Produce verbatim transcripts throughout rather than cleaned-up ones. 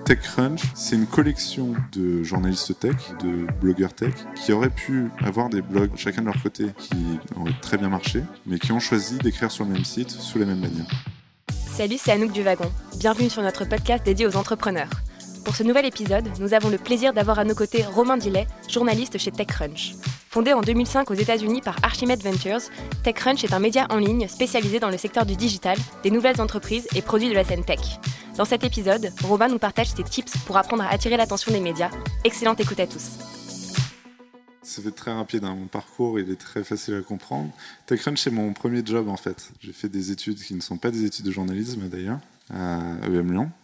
TechCrunch, c'est une collection de journalistes tech, de blogueurs tech, qui auraient pu avoir des blogs chacun de leur côté qui auraient très bien marché, mais qui ont choisi d'écrire sur le même site sous la même bannière. Salut, c'est Anouk du Wagon. Bienvenue sur notre podcast dédié aux entrepreneurs. Pour ce nouvel épisode, nous avons le plaisir d'avoir à nos côtés Romain Dillet, journaliste chez TechCrunch. Fondé en deux mille cinq aux États-Unis par Archimate Ventures, TechCrunch est un média en ligne spécialisé dans le secteur du digital, des nouvelles entreprises et produits de la scène tech. Dans cet épisode, Romain nous partage ses tips pour apprendre à attirer l'attention des médias. Excellente écoute à tous. Ça fait très rapide, hein. Mon parcours il est très facile à comprendre. TechCrunch c'est mon premier job en fait. J'ai fait des études qui ne sont pas des études de journalisme d'ailleurs, à E M Lyon.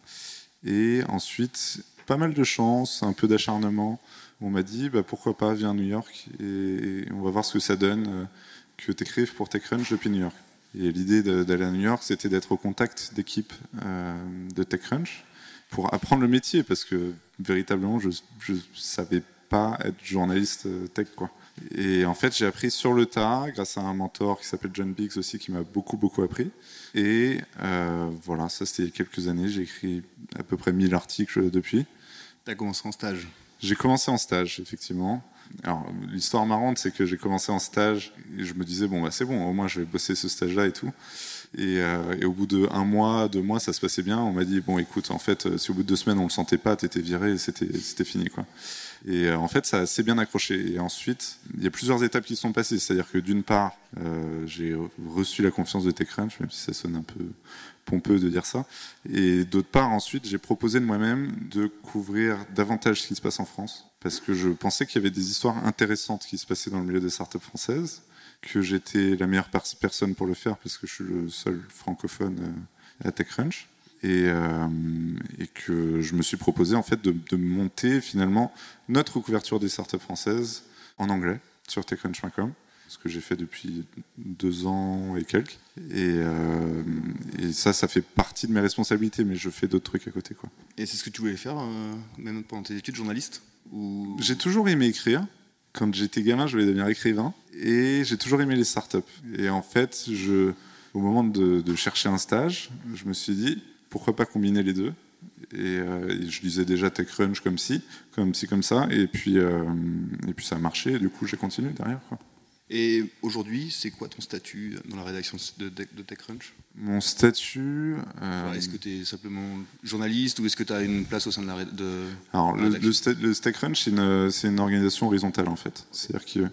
Et ensuite, pas mal de chance, un peu d'acharnement. On m'a dit, bah, pourquoi pas, viens à New York et on va voir ce que ça donne euh, que tu écrives pour TechCrunch depuis New York. Et l'idée de, d'aller à New York, c'était d'être au contact d'équipes euh, de TechCrunch pour apprendre le métier, parce que véritablement, je ne savais pas être journaliste tech, quoi. Et en fait, j'ai appris sur le tas, grâce à un mentor qui s'appelle John Biggs aussi, qui m'a beaucoup, beaucoup appris. Et euh, voilà, ça c'était il y a quelques années. J'ai écrit à peu près mille articles depuis. Tu as commencé en stage ? J'ai commencé en stage, effectivement. Alors, l'histoire marrante, c'est que j'ai commencé en stage et je me disais, bon, bah, c'est bon, au moins je vais bosser ce stage-là et tout. Et, euh, et au bout de un mois, deux mois, ça se passait bien. On m'a dit, bon, écoute, en fait, si au bout de deux semaines on le sentait pas, t'étais viré, et c'était, c'était fini, quoi. Et euh, en fait, ça a assez bien accroché. Et ensuite, il y a plusieurs étapes qui sont passées. C'est-à-dire que d'une part, euh, j'ai reçu la confiance de TechCrunch, même si ça sonne un peu pompeux de dire ça. Et d'autre part, ensuite, j'ai proposé de moi-même de couvrir davantage ce qui se passe en France, parce que je pensais qu'il y avait des histoires intéressantes qui se passaient dans le milieu des startups françaises, que j'étais la meilleure personne pour le faire, parce que je suis le seul francophone à TechCrunch. Et, euh, et que je me suis proposé en fait de, de monter finalement notre couverture des startups françaises en anglais sur techcrunch point com, ce que j'ai fait depuis deux ans et quelques. Et, euh, et ça, ça fait partie de mes responsabilités, mais je fais d'autres trucs à côté, quoi. Et c'est ce que tu voulais faire euh, même pendant tes études, journaliste ou... J'ai toujours aimé écrire. Quand j'étais gamin, je voulais devenir écrivain. Et j'ai toujours aimé les startups. Et en fait, je, au moment de, de chercher un stage, je me suis dit, pourquoi pas combiner les deux ? Et, euh, et je lisais déjà TechCrunch comme ci, comme ci, comme ça, et puis, euh, et puis ça a marché, et du coup j'ai continué derrière, quoi. Et aujourd'hui, c'est quoi ton statut dans la rédaction de, de, de TechCrunch ? Mon statut... Euh... Alors, est-ce que tu es simplement journaliste, ou est-ce que tu as une place au sein de la, de, Alors, de la le, le, sta- le TechCrunch, c'est une, c'est une organisation horizontale, en fait. C'est-à-dire qu'il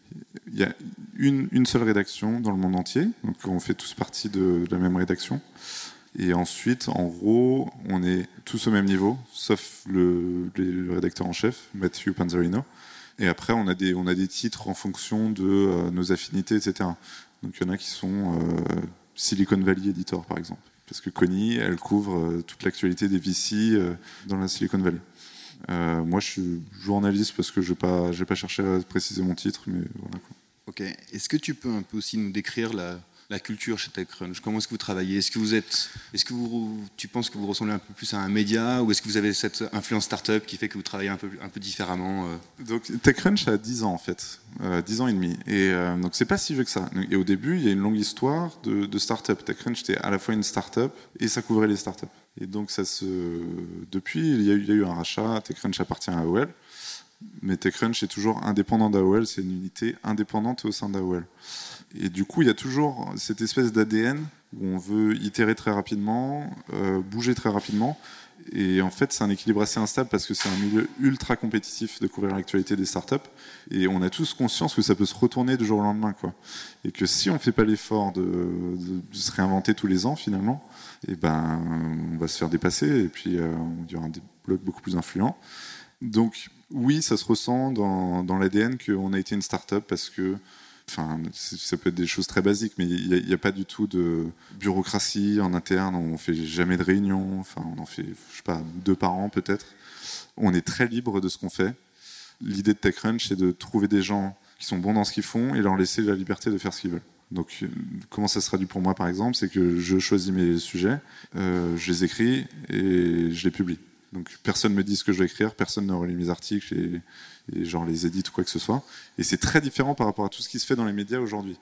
y a une, une seule rédaction dans le monde entier, donc on fait tous partie de, de la même rédaction. Et ensuite, en gros, on est tous au même niveau, sauf le, le rédacteur en chef, Matthew Panzarino. Et après, on a des, on a des titres en fonction de euh, nos affinités, et cetera. Donc il y en a qui sont euh, Silicon Valley Editor, par exemple. Parce que Connie, elle couvre euh, toute l'actualité des V C euh, dans la Silicon Valley. Euh, moi, je suis journaliste parce que je n'ai pas, j'ai pas cherché à préciser mon titre, mais voilà, quoi. Ok. Est-ce que tu peux un peu aussi nous décrire la... la culture chez TechCrunch? Comment est-ce que vous travaillez? Est-ce que vous êtes, est-ce que vous, tu penses que vous ressemblez un peu plus à un média, ou est-ce que vous avez cette influence startup qui fait que vous travaillez un peu, un peu différemment euh... Donc TechCrunch a dix ans en fait, euh, dix ans et demi. Et euh, donc c'est pas si vieux que ça. Et au début, il y a une longue histoire de, de startup. TechCrunch était à la fois une startup et ça couvrait les startups. Et donc ça se, depuis, il y a eu, il y a eu un rachat. TechCrunch appartient à A O L. Mais TechCrunch est toujours indépendant d'A O L, c'est une unité indépendante au sein d'A O L. Et du coup, il y a toujours cette espèce d'A D N où on veut itérer très rapidement, euh, bouger très rapidement. Et en fait, c'est un équilibre assez instable parce que c'est un milieu ultra compétitif de couvrir l'actualité des startups. Et on a tous conscience que ça peut se retourner du jour au lendemain, quoi. Et que si on ne fait pas l'effort de, de, de se réinventer tous les ans, finalement, et ben, on va se faire dépasser et puis euh, il y aura des blogs beaucoup plus influents. Donc, oui, ça se ressent dans, dans l'A D N qu'on a été une start-up parce que, enfin, ça peut être des choses très basiques, mais il n'y a, a pas du tout de bureaucratie en interne, on ne fait jamais de réunion, enfin, on en fait, je sais pas, deux par an peut-être. On est très libre de ce qu'on fait. L'idée de TechCrunch, c'est de trouver des gens qui sont bons dans ce qu'ils font et leur laisser la liberté de faire ce qu'ils veulent. Donc, comment ça se traduit pour moi, par exemple, c'est que je choisis mes sujets, euh, je les écris et je les publie. Donc personne ne me dit ce que je dois écrire, personne ne relit mes articles et, et genre les édite ou quoi que ce soit. Et c'est très différent par rapport à tout ce qui se fait dans les médias aujourd'hui.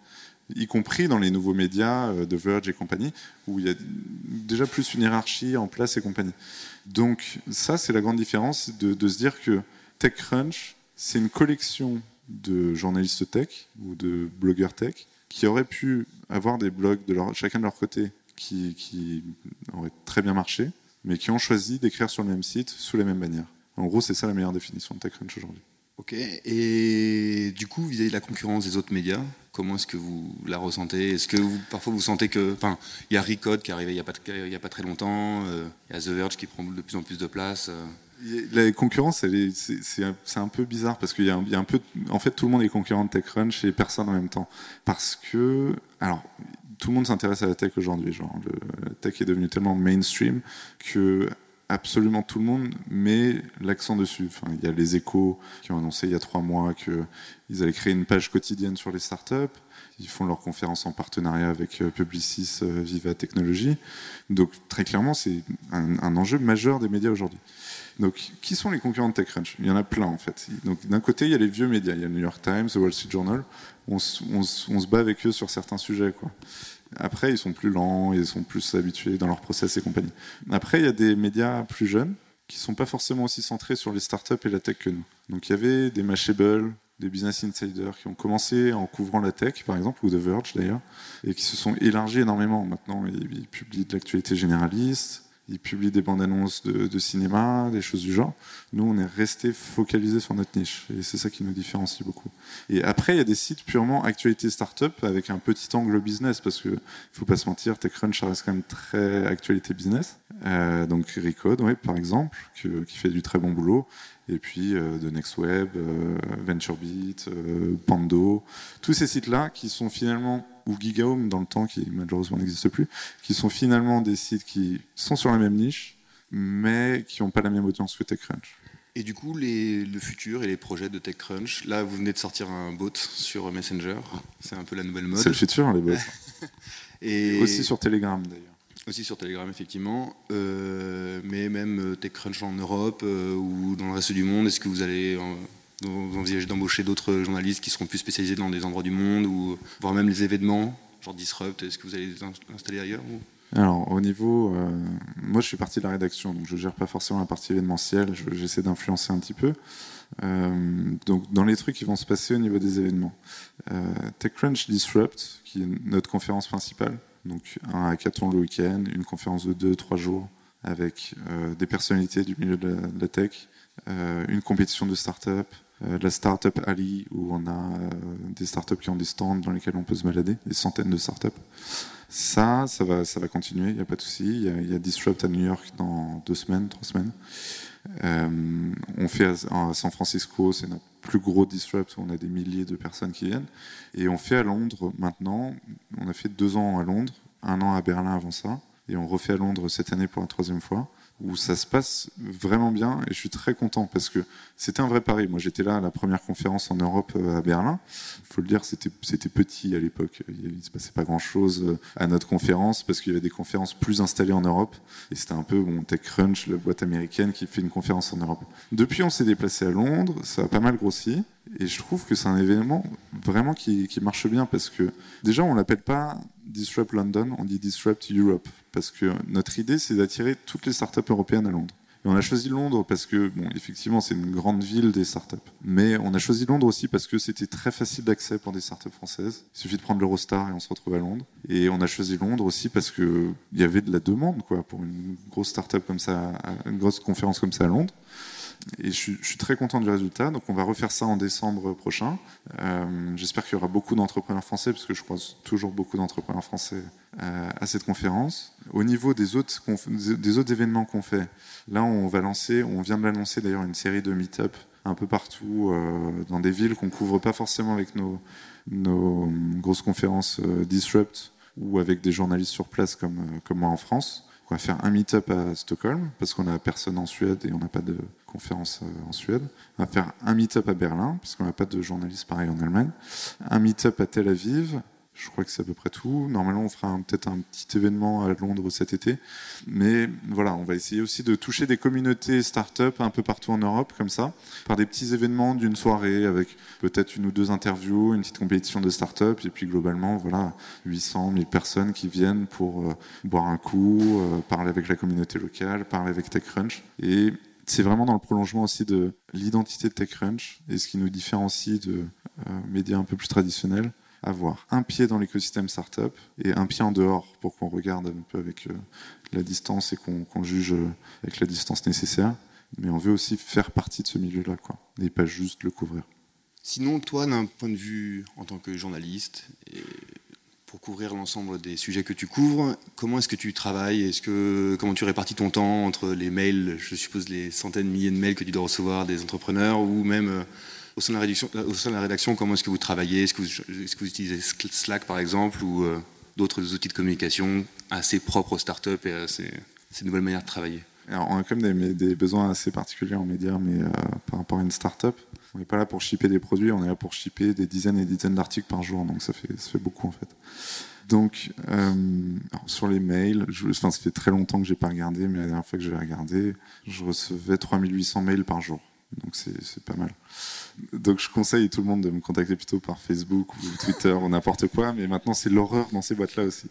y compris dans les nouveaux médias euh, de Verge et compagnie, où il y a déjà plus une hiérarchie en place et compagnie. Donc ça, c'est la grande différence de, de se dire que TechCrunch, c'est une collection de journalistes tech ou de blogueurs tech qui auraient pu avoir des blogs de leur, chacun de leur côté qui, qui auraient très bien marché, mais qui ont choisi d'écrire sur le même site sous la même bannière. En gros, c'est ça la meilleure définition de TechCrunch aujourd'hui. Ok, et du coup, vis-à-vis de la concurrence des autres médias, comment est-ce que vous la ressentez ? Est-ce que vous, parfois vous sentez que... Enfin, il y a Recode qui est arrivé il n'y a, pas, il y a pas très longtemps, euh, il y a The Verge qui prend de plus en plus de place. Euh. La concurrence, elle est, c'est, c'est, un, c'est un peu bizarre parce qu'il y a, un, il y a un peu... En fait, tout le monde est concurrent de TechCrunch et personne en même temps. Parce que... Alors, tout le monde s'intéresse à la tech aujourd'hui. Genre, le, la tech est devenue tellement mainstream que... absolument tout le monde met l'accent dessus. Enfin, il y a les Échos qui ont annoncé il y a trois mois qu'ils allaient créer une page quotidienne sur les startups. Ils font leur conférence en partenariat avec Publicis Viva Technologies. Donc très clairement, c'est un, un enjeu majeur des médias aujourd'hui. Donc qui sont les concurrents de TechCrunch ? Il y en a plein en fait. Donc d'un côté, il y a les vieux médias. Il y a le New York Times, le Wall Street Journal. On, on, on se bat avec eux sur certains sujets, quoi. Après, ils sont plus lents, ils sont plus habitués dans leur process et compagnie. Après, il y a des médias plus jeunes qui ne sont pas forcément aussi centrés sur les startups et la tech que nous. Donc il y avait des Mashable, des Business Insider qui ont commencé en couvrant la tech, par exemple, ou The Verge d'ailleurs, et qui se sont élargis énormément. Maintenant, ils, ils publient de l'actualité généraliste, ils publient des bandes annonces de, de cinéma, des choses du genre. Nous, on est resté focalisé sur notre niche, et c'est ça qui nous différencie beaucoup. Et après, il y a des sites purement actualité startup avec un petit angle business, parce que faut pas se mentir, TechCrunch, ça reste quand même très actualité business. Euh, donc Recode, ouais, par exemple, que, qui fait du très bon boulot. Et puis euh, de NextWeb, euh, VentureBeat, euh, Pando, tous ces sites-là qui sont finalement, ou GigaHome dans le temps, qui malheureusement n'existe plus, qui sont finalement des sites qui sont sur la même niche, mais qui n'ont pas la même audience que TechCrunch. Et du coup, les, le futur et les projets de TechCrunch, là vous venez de sortir un bot sur Messenger, c'est un peu la nouvelle mode. C'est le futur, les bots. Et aussi sur Telegram d'ailleurs. Aussi sur Telegram, effectivement, euh, mais même TechCrunch en Europe euh, ou dans le reste du monde, est-ce que vous allez euh, envisager d'embaucher d'autres journalistes qui seront plus spécialisés dans des endroits du monde, ou voire même les événements, genre Disrupt, est-ce que vous allez les installer ailleurs ou... Alors, au niveau... Euh, moi, je suis partie de la rédaction, donc je ne gère pas forcément la partie événementielle, je, j'essaie d'influencer un petit peu. Euh, donc, dans les trucs qui vont se passer au niveau des événements. Euh, TechCrunch Disrupt, qui est notre conférence principale, donc un hackathon le week-end, une conférence de deux, trois jours avec euh, des personnalités du milieu de la, de la tech, euh, une compétition de start-up, euh, la Startup Alley où on a euh, des startups qui ont des stands dans lesquels on peut se balader, des centaines de startups. Ça, ça va, ça va continuer, il n'y a pas de souci. Il y a, il y a Disrupt à New York dans deux semaines, trois semaines. Euh, on fait à, à San Francisco, c'est notre plus gros Disrupt où on a des milliers de personnes qui viennent. Et on fait à Londres maintenant. On a fait deux ans à Londres, un an à Berlin avant ça. Et on refait à Londres cette année pour la troisième fois, où ça se passe vraiment bien. Et je suis très content parce que c'était un vrai pari. Moi, j'étais là à la première conférence en Europe à Berlin. Il faut le dire, c'était, c'était petit à l'époque. Il ne se passait pas grand-chose à notre conférence parce qu'il y avait des conférences plus installées en Europe. Et c'était un peu bon, TechCrunch, la boîte américaine, qui fait une conférence en Europe. Depuis, on s'est déplacé à Londres. Ça a pas mal grossi. Et je trouve que c'est un événement vraiment qui, qui marche bien parce que déjà, on ne l'appelle pas Disrupt London, on dit Disrupt Europe. Parce que notre idée, c'est d'attirer toutes les startups européennes à Londres. Et on a choisi Londres parce que, bon, effectivement, c'est une grande ville des startups. Mais on a choisi Londres aussi parce que c'était très facile d'accès pour des startups françaises. Il suffit de prendre l'Eurostar et on se retrouve à Londres. Et on a choisi Londres aussi parce qu'il y avait de la demande, quoi, pour une grosse startup comme ça, une grosse conférence comme ça à Londres. Et je suis, je suis très content du résultat. Donc on va refaire ça en décembre prochain. Euh, j'espère qu'il y aura beaucoup d'entrepreneurs français, parce que je croise toujours beaucoup d'entrepreneurs français euh, à cette conférence. Au niveau des autres, des autres événements qu'on fait, là on va lancer, on vient de l'annoncer d'ailleurs, une série de meet-up un peu partout euh, dans des villes qu'on couvre pas forcément avec nos, nos grosses conférences euh, Disrupt ou avec des journalistes sur place comme, euh, comme moi en France. On va faire un meet-up à Stockholm, parce qu'on a personne en Suède et on n'a pas de conférence en Suède. On va faire un meet-up à Berlin, parce qu'on n'a pas de journaliste pareil en Allemagne. Un meet-up à Tel Aviv, Je crois que c'est à peu près tout. Normalement, on fera un, peut-être un petit événement à Londres cet été. Mais voilà, on va essayer aussi de toucher des communautés start-up un peu partout en Europe, comme ça, par des petits événements d'une soirée avec peut-être une ou deux interviews, une petite compétition de start-up, et puis globalement, voilà, huit cents, mille personnes qui viennent pour euh, boire un coup, euh, parler avec la communauté locale, parler avec TechCrunch. Et c'est vraiment dans le prolongement aussi de l'identité de TechCrunch et ce qui nous différencie de euh, médias un peu plus traditionnels. Avoir un pied dans l'écosystème startup et un pied en dehors pour qu'on regarde un peu avec euh, la distance et qu'on, qu'on juge euh, avec la distance nécessaire. Mais on veut aussi faire partie de ce milieu-là, quoi, et pas juste le couvrir. Sinon, toi, d'un point de vue en tant que journaliste, et pour couvrir l'ensemble des sujets que tu couvres, comment est-ce que tu travailles ? Est-ce que, comment tu répartis ton temps entre les mails, je suppose les centaines, milliers de mails que tu dois recevoir des entrepreneurs, ou même... Euh, Au sein, de la rédaction, au sein de la rédaction, comment est-ce que vous travaillez ? Est-ce que vous, est-ce que vous utilisez Slack, par exemple, ou euh, d'autres outils de communication assez propres aux startups et à ces, ces nouvelles manières de travailler ? Alors, on a quand même des, des besoins assez particuliers en médias, mais euh, par rapport à une startup, on n'est pas là pour shipper des produits, on est là pour shipper des dizaines et des dizaines d'articles par jour, donc ça fait, ça fait beaucoup en fait. Donc, euh, alors, sur les mails, je, enfin, ça fait très longtemps que je n'ai pas regardé, mais la dernière fois que j'ai regardé, je recevais trois mille huit cents mails par jour. Donc c'est, c'est pas mal. Donc je conseille tout le monde de me contacter plutôt par Facebook ou Twitter ou n'importe quoi, mais maintenant c'est l'horreur dans ces boîtes-là aussi.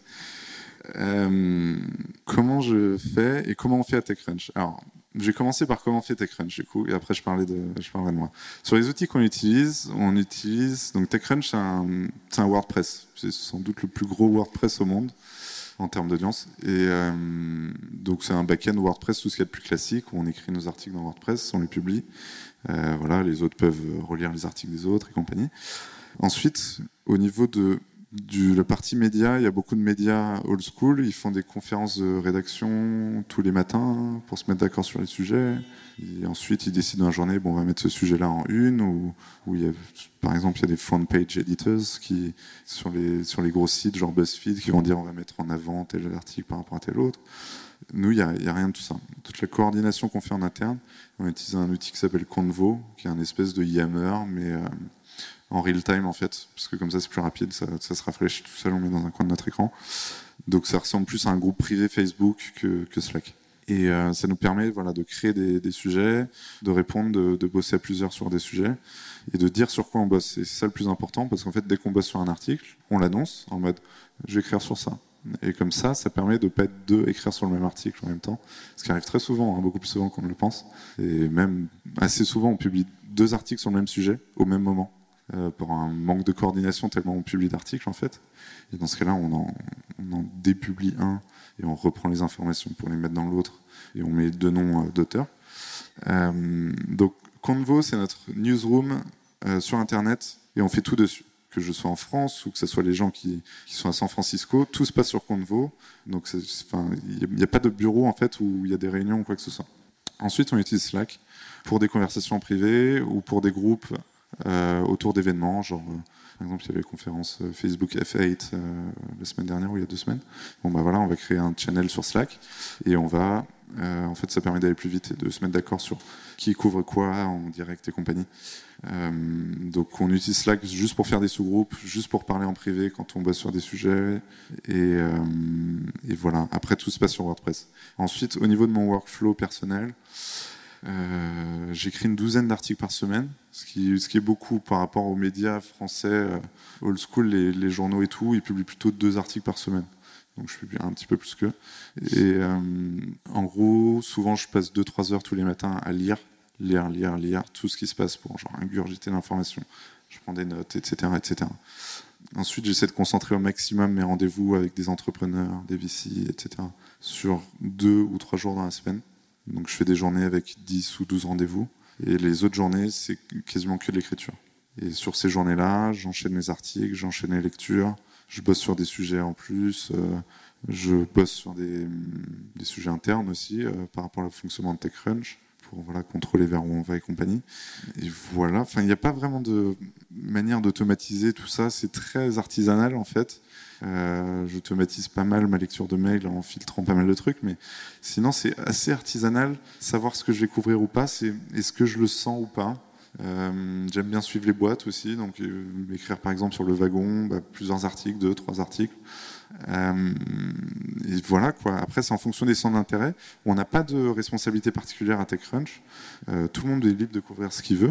Euh, comment je fais et comment on fait à TechCrunch ? Alors, j'ai commencé par comment fait TechCrunch du coup, et après je parlais de, je parlerai de moi. Sur les outils qu'on utilise, on utilise donc TechCrunch, c'est un, c'est un WordPress. C'est sans doute le plus gros WordPress au monde en termes d'audience. Et euh, donc c'est un back-end WordPress, tout ce qu'il y a de plus classique, où on écrit nos articles dans WordPress, on les publie. Euh, voilà, les autres peuvent relire les articles des autres et compagnie. Ensuite, au niveau de Du, la partie média, il y a beaucoup de médias old school, ils font des conférences de rédaction tous les matins pour se mettre d'accord sur les sujets. Et ensuite, ils décident dans la journée, bon, on va mettre ce sujet-là en une, ou, ou il y a, par exemple, il y a des front page editors qui, sur les, sur les gros sites, genre BuzzFeed, qui vont dire on va mettre en avant tel article par rapport à tel autre. Nous, il n'y a, il y a rien de tout ça. Toute la coordination qu'on fait en interne, on utilise un outil qui s'appelle Convo, qui est un espèce de Yammer, mais... Euh, en real time en fait, parce que comme ça c'est plus rapide, ça, ça se rafraîchit tout seul, on met dans un coin de notre écran. Donc ça ressemble plus à un groupe privé Facebook que, que Slack. Et euh, ça nous permet voilà, de créer des, des sujets, de répondre, de, de bosser à plusieurs sur des sujets et de dire sur quoi on bosse. Et c'est ça le plus important, parce qu'en fait dès qu'on bosse sur un article, on l'annonce en mode je vais écrire sur ça. Et comme ça, ça permet de ne pas être deux écrire sur le même article en même temps, ce qui arrive très souvent, hein, beaucoup plus souvent qu'on ne le pense. Et même assez souvent on publie deux articles sur le même sujet au même moment. Euh, pour un manque de coordination tellement on publie d'articles en fait. Et dans ce cas-là, on en, on en dépublie un et on reprend les informations pour les mettre dans l'autre et on met deux noms euh, d'auteurs. Euh, donc Convo, c'est notre newsroom euh, sur Internet et on fait tout dessus. Que je sois en France ou que ce soit les gens qui, qui sont à San Francisco, tout se passe sur Convo. Donc il n'y a, a pas de bureau en fait où il y a des réunions ou quoi que ce soit. Ensuite, on utilise Slack pour des conversations privées ou pour des groupes Euh, autour d'événements, genre euh, par exemple il y avait la conférence euh, Facebook F huit euh, la semaine dernière ou il y a deux semaines. Bon bah voilà, on va créer un channel sur Slack et on va, euh, en fait ça permet d'aller plus vite et de se mettre d'accord sur qui couvre quoi en direct et compagnie. Euh, donc on utilise Slack juste pour faire des sous-groupes, juste pour parler en privé quand on bosse sur des sujets et, euh, et voilà. Après tout se passe sur WordPress. Ensuite au niveau de mon workflow personnel, Euh, j'écris une douzaine d'articles par semaine, ce qui, ce qui est beaucoup par rapport aux médias français euh, old school, les, les journaux et tout, ils publient plutôt deux articles par semaine. Donc je publie un petit peu plus qu'eux. Et euh, en gros, souvent je passe deux trois heures tous les matins à lire, lire, lire, lire tout ce qui se passe pour genre ingurgiter l'information. Je prends des notes, et cetera, et cetera. Ensuite, j'essaie de concentrer au maximum mes rendez-vous avec des entrepreneurs, des V C, et cetera, sur deux ou trois jours dans la semaine. Donc je fais des journées avec dix ou douze rendez-vous. Et les autres journées, c'est quasiment que de l'écriture. Et sur ces journées-là, j'enchaîne mes articles, j'enchaîne les lectures, je bosse sur des sujets en plus, euh, je bosse sur des, des sujets internes aussi, euh, par rapport au fonctionnement de TechCrunch, pour voilà, contrôler vers où on va et compagnie. Et voilà, enfin, il n'y a pas vraiment de manière d'automatiser tout ça, c'est très artisanal en fait. Euh, j'automatise pas mal ma lecture de mails en filtrant pas mal de trucs, mais sinon c'est assez artisanal. Savoir ce que je vais couvrir ou pas, c'est est-ce que je le sens ou pas. Euh, j'aime bien suivre les boîtes aussi, donc euh, écrire par exemple sur le wagon, bah, plusieurs articles, deux, trois articles. Euh, et voilà quoi. Après, c'est en fonction des centres d'intérêt. On n'a pas de responsabilité particulière à TechCrunch. Euh, tout le monde est libre de couvrir ce qu'il veut.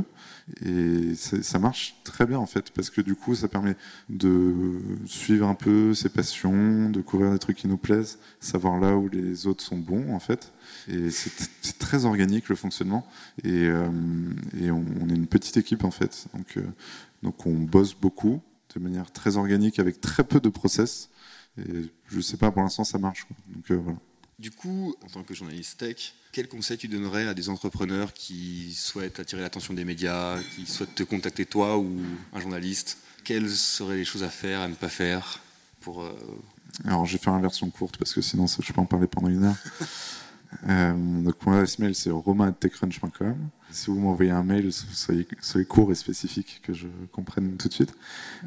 Et ça marche très bien en fait, parce que du coup, ça permet de suivre un peu ses passions, de couvrir des trucs qui nous plaisent, savoir là où les autres sont bons en fait. Et c'est, c'est très organique le fonctionnement. Et, euh, et on, on est une petite équipe en fait. Donc, euh, donc on bosse beaucoup de manière très organique avec très peu de process. Et je sais pas, pour l'instant ça marche. Donc euh, voilà. Du coup, en tant que journaliste tech, quel conseil tu donnerais à des entrepreneurs qui souhaitent attirer l'attention des médias, qui souhaitent te contacter toi ou un journaliste? Quelles seraient les choses à faire, à ne pas faire pour euh... Alors je vais faire une version courte parce que sinon je peux en parler pendant une heure. euh, donc mon adresse mail c'est romain arobase techcrunch point com. Si vous m'envoyez un mail, soyez, soyez court et spécifique, que je comprenne tout de suite.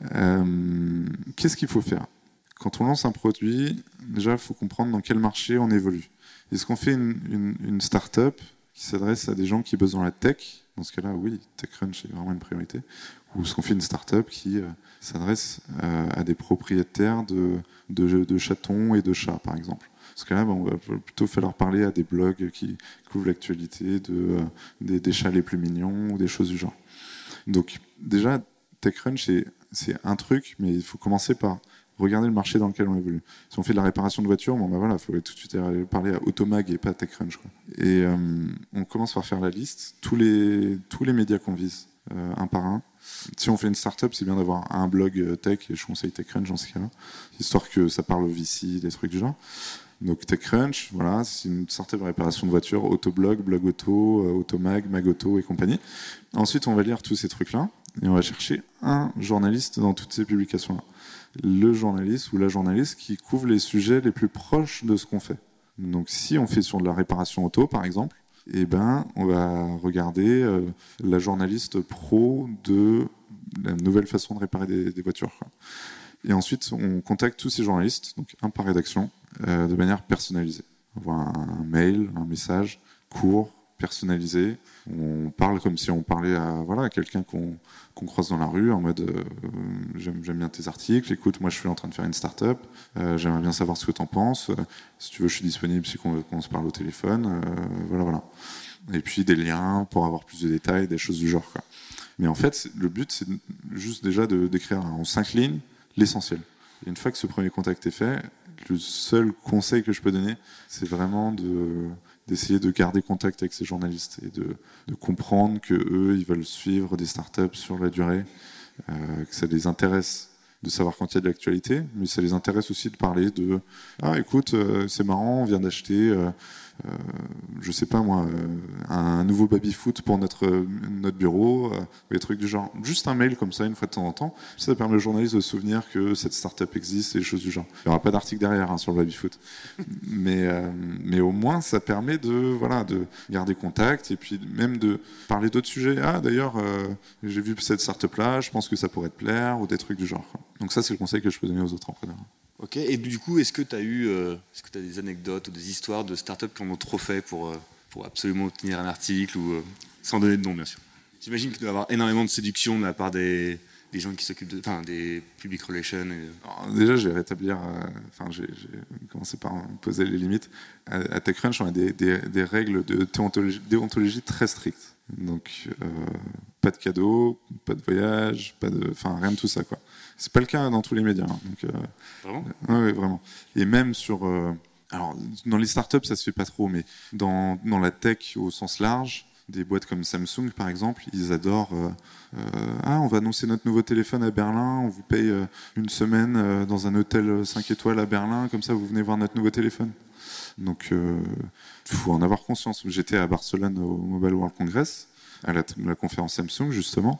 Euh, qu'est-ce qu'il faut faire? Quand on lance un produit, déjà, il faut comprendre dans quel marché on évolue. Est-ce qu'on fait une, une, une start-up qui s'adresse à des gens qui bossent dans la tech? Dans ce cas-là, oui, TechCrunch est vraiment une priorité. Ou est-ce qu'on fait une start-up qui euh, s'adresse euh, à des propriétaires de, de, de chatons et de chats, par exemple? Dans ce cas-là, ben, on va plutôt falloir parler à des blogs qui couvrent l'actualité de, euh, des, des chats les plus mignons ou des choses du genre. Donc, déjà, TechCrunch, c'est, c'est un truc, mais il faut commencer par regardez le marché dans lequel on évolue. Si on fait de la réparation de voitures, bon ben voilà, il faut tout de suite aller parler à Automag et pas à TechCrunch, quoi. Et euh, on commence par faire la liste, tous les, tous les médias qu'on vise, euh, un par un. Si on fait une start-up, c'est bien d'avoir un blog tech, et je conseille TechCrunch dans ce cas-là, histoire que ça parle au V C, des trucs du genre. Donc TechCrunch, voilà, c'est une start-up de réparation de voitures, Autoblog, Blog Auto, euh, Automag, Magauto et compagnie. Ensuite, on va lire tous ces trucs-là, et on va chercher un journaliste dans toutes ces publications-là. Le journaliste ou la journaliste qui couvre les sujets les plus proches de ce qu'on fait. Donc si on fait sur de la réparation auto par exemple, eh ben, on va regarder euh, la journaliste pro de la nouvelle façon de réparer des, des voitures, quoi. Et ensuite on contacte tous ces journalistes, donc un par rédaction, euh, de manière personnalisée. On voit un, un mail, un message court, personnalisé. On parle comme si on parlait à, voilà, à quelqu'un qu'on, qu'on croise dans la rue, en mode euh, j'aime, j'aime bien tes articles, écoute, moi je suis en train de faire une start-up, euh, j'aimerais bien savoir ce que tu en penses, euh, si tu veux je suis disponible si qu'on, qu'on se parle au téléphone, euh, voilà, voilà. Et puis des liens pour avoir plus de détails, des choses du genre, quoi. Mais en fait, le but c'est juste déjà de, d'écrire en cinq lignes l'essentiel. Et une fois que ce premier contact est fait, le seul conseil que je peux donner, c'est vraiment de... d'essayer de garder contact avec ces journalistes et de, de comprendre qu'eux, ils veulent suivre des startups sur la durée, euh, que ça les intéresse de savoir quand il y a de l'actualité, mais ça les intéresse aussi de parler de « Ah, écoute, euh, c'est marrant, on vient d'acheter, euh, euh, je sais pas moi, euh, un nouveau baby-foot pour notre, euh, notre bureau, euh, ou des trucs du genre. » Juste un mail comme ça, une fois de temps en temps. Ça permet aux journalistes de se souvenir que cette start-up existe et des choses du genre. Il n'y aura pas d'article derrière hein, sur le baby-foot. mais, euh, mais au moins, ça permet de, voilà, de garder contact et puis même de parler d'autres sujets. Ah, d'ailleurs, euh, j'ai vu cette start-up-là, je pense que ça pourrait te plaire, ou des trucs du genre. Donc ça, c'est le conseil que je peux donner aux autres entrepreneurs. Ok, et du coup, est-ce que tu as eu euh, est-ce que tu as des anecdotes ou des histoires de startups qui en ont trop fait pour, euh, pour absolument obtenir un article, ou, euh, sans donner de nom, bien sûr? J'imagine qu'il doit y avoir énormément de séduction de la part des, des gens qui s'occupent de... Enfin, des public relations. Et... Alors, déjà, je vais rétablir... Enfin, euh, j'ai, j'ai commencé par poser les limites. À, à TechCrunch, on a des, des, des règles de déontologie, déontologie très strictes. Donc, euh, pas de cadeaux, pas de voyage, pas de... Enfin, rien de tout ça, quoi. C'est pas le cas dans tous les médias. Hein, donc, euh, vraiment euh, Oui, vraiment. Et même sur... Euh, alors, dans les startups, ça se fait pas trop, mais dans, dans la tech au sens large, des boîtes comme Samsung, par exemple, ils adorent... Euh, euh, ah, on va annoncer notre nouveau téléphone à Berlin, on vous paye euh, une semaine euh, dans un hôtel cinq étoiles à Berlin, comme ça, vous venez voir notre nouveau téléphone. Donc, il euh, faut en avoir conscience. J'étais à Barcelone au Mobile World Congress, à la, la conférence Samsung, justement.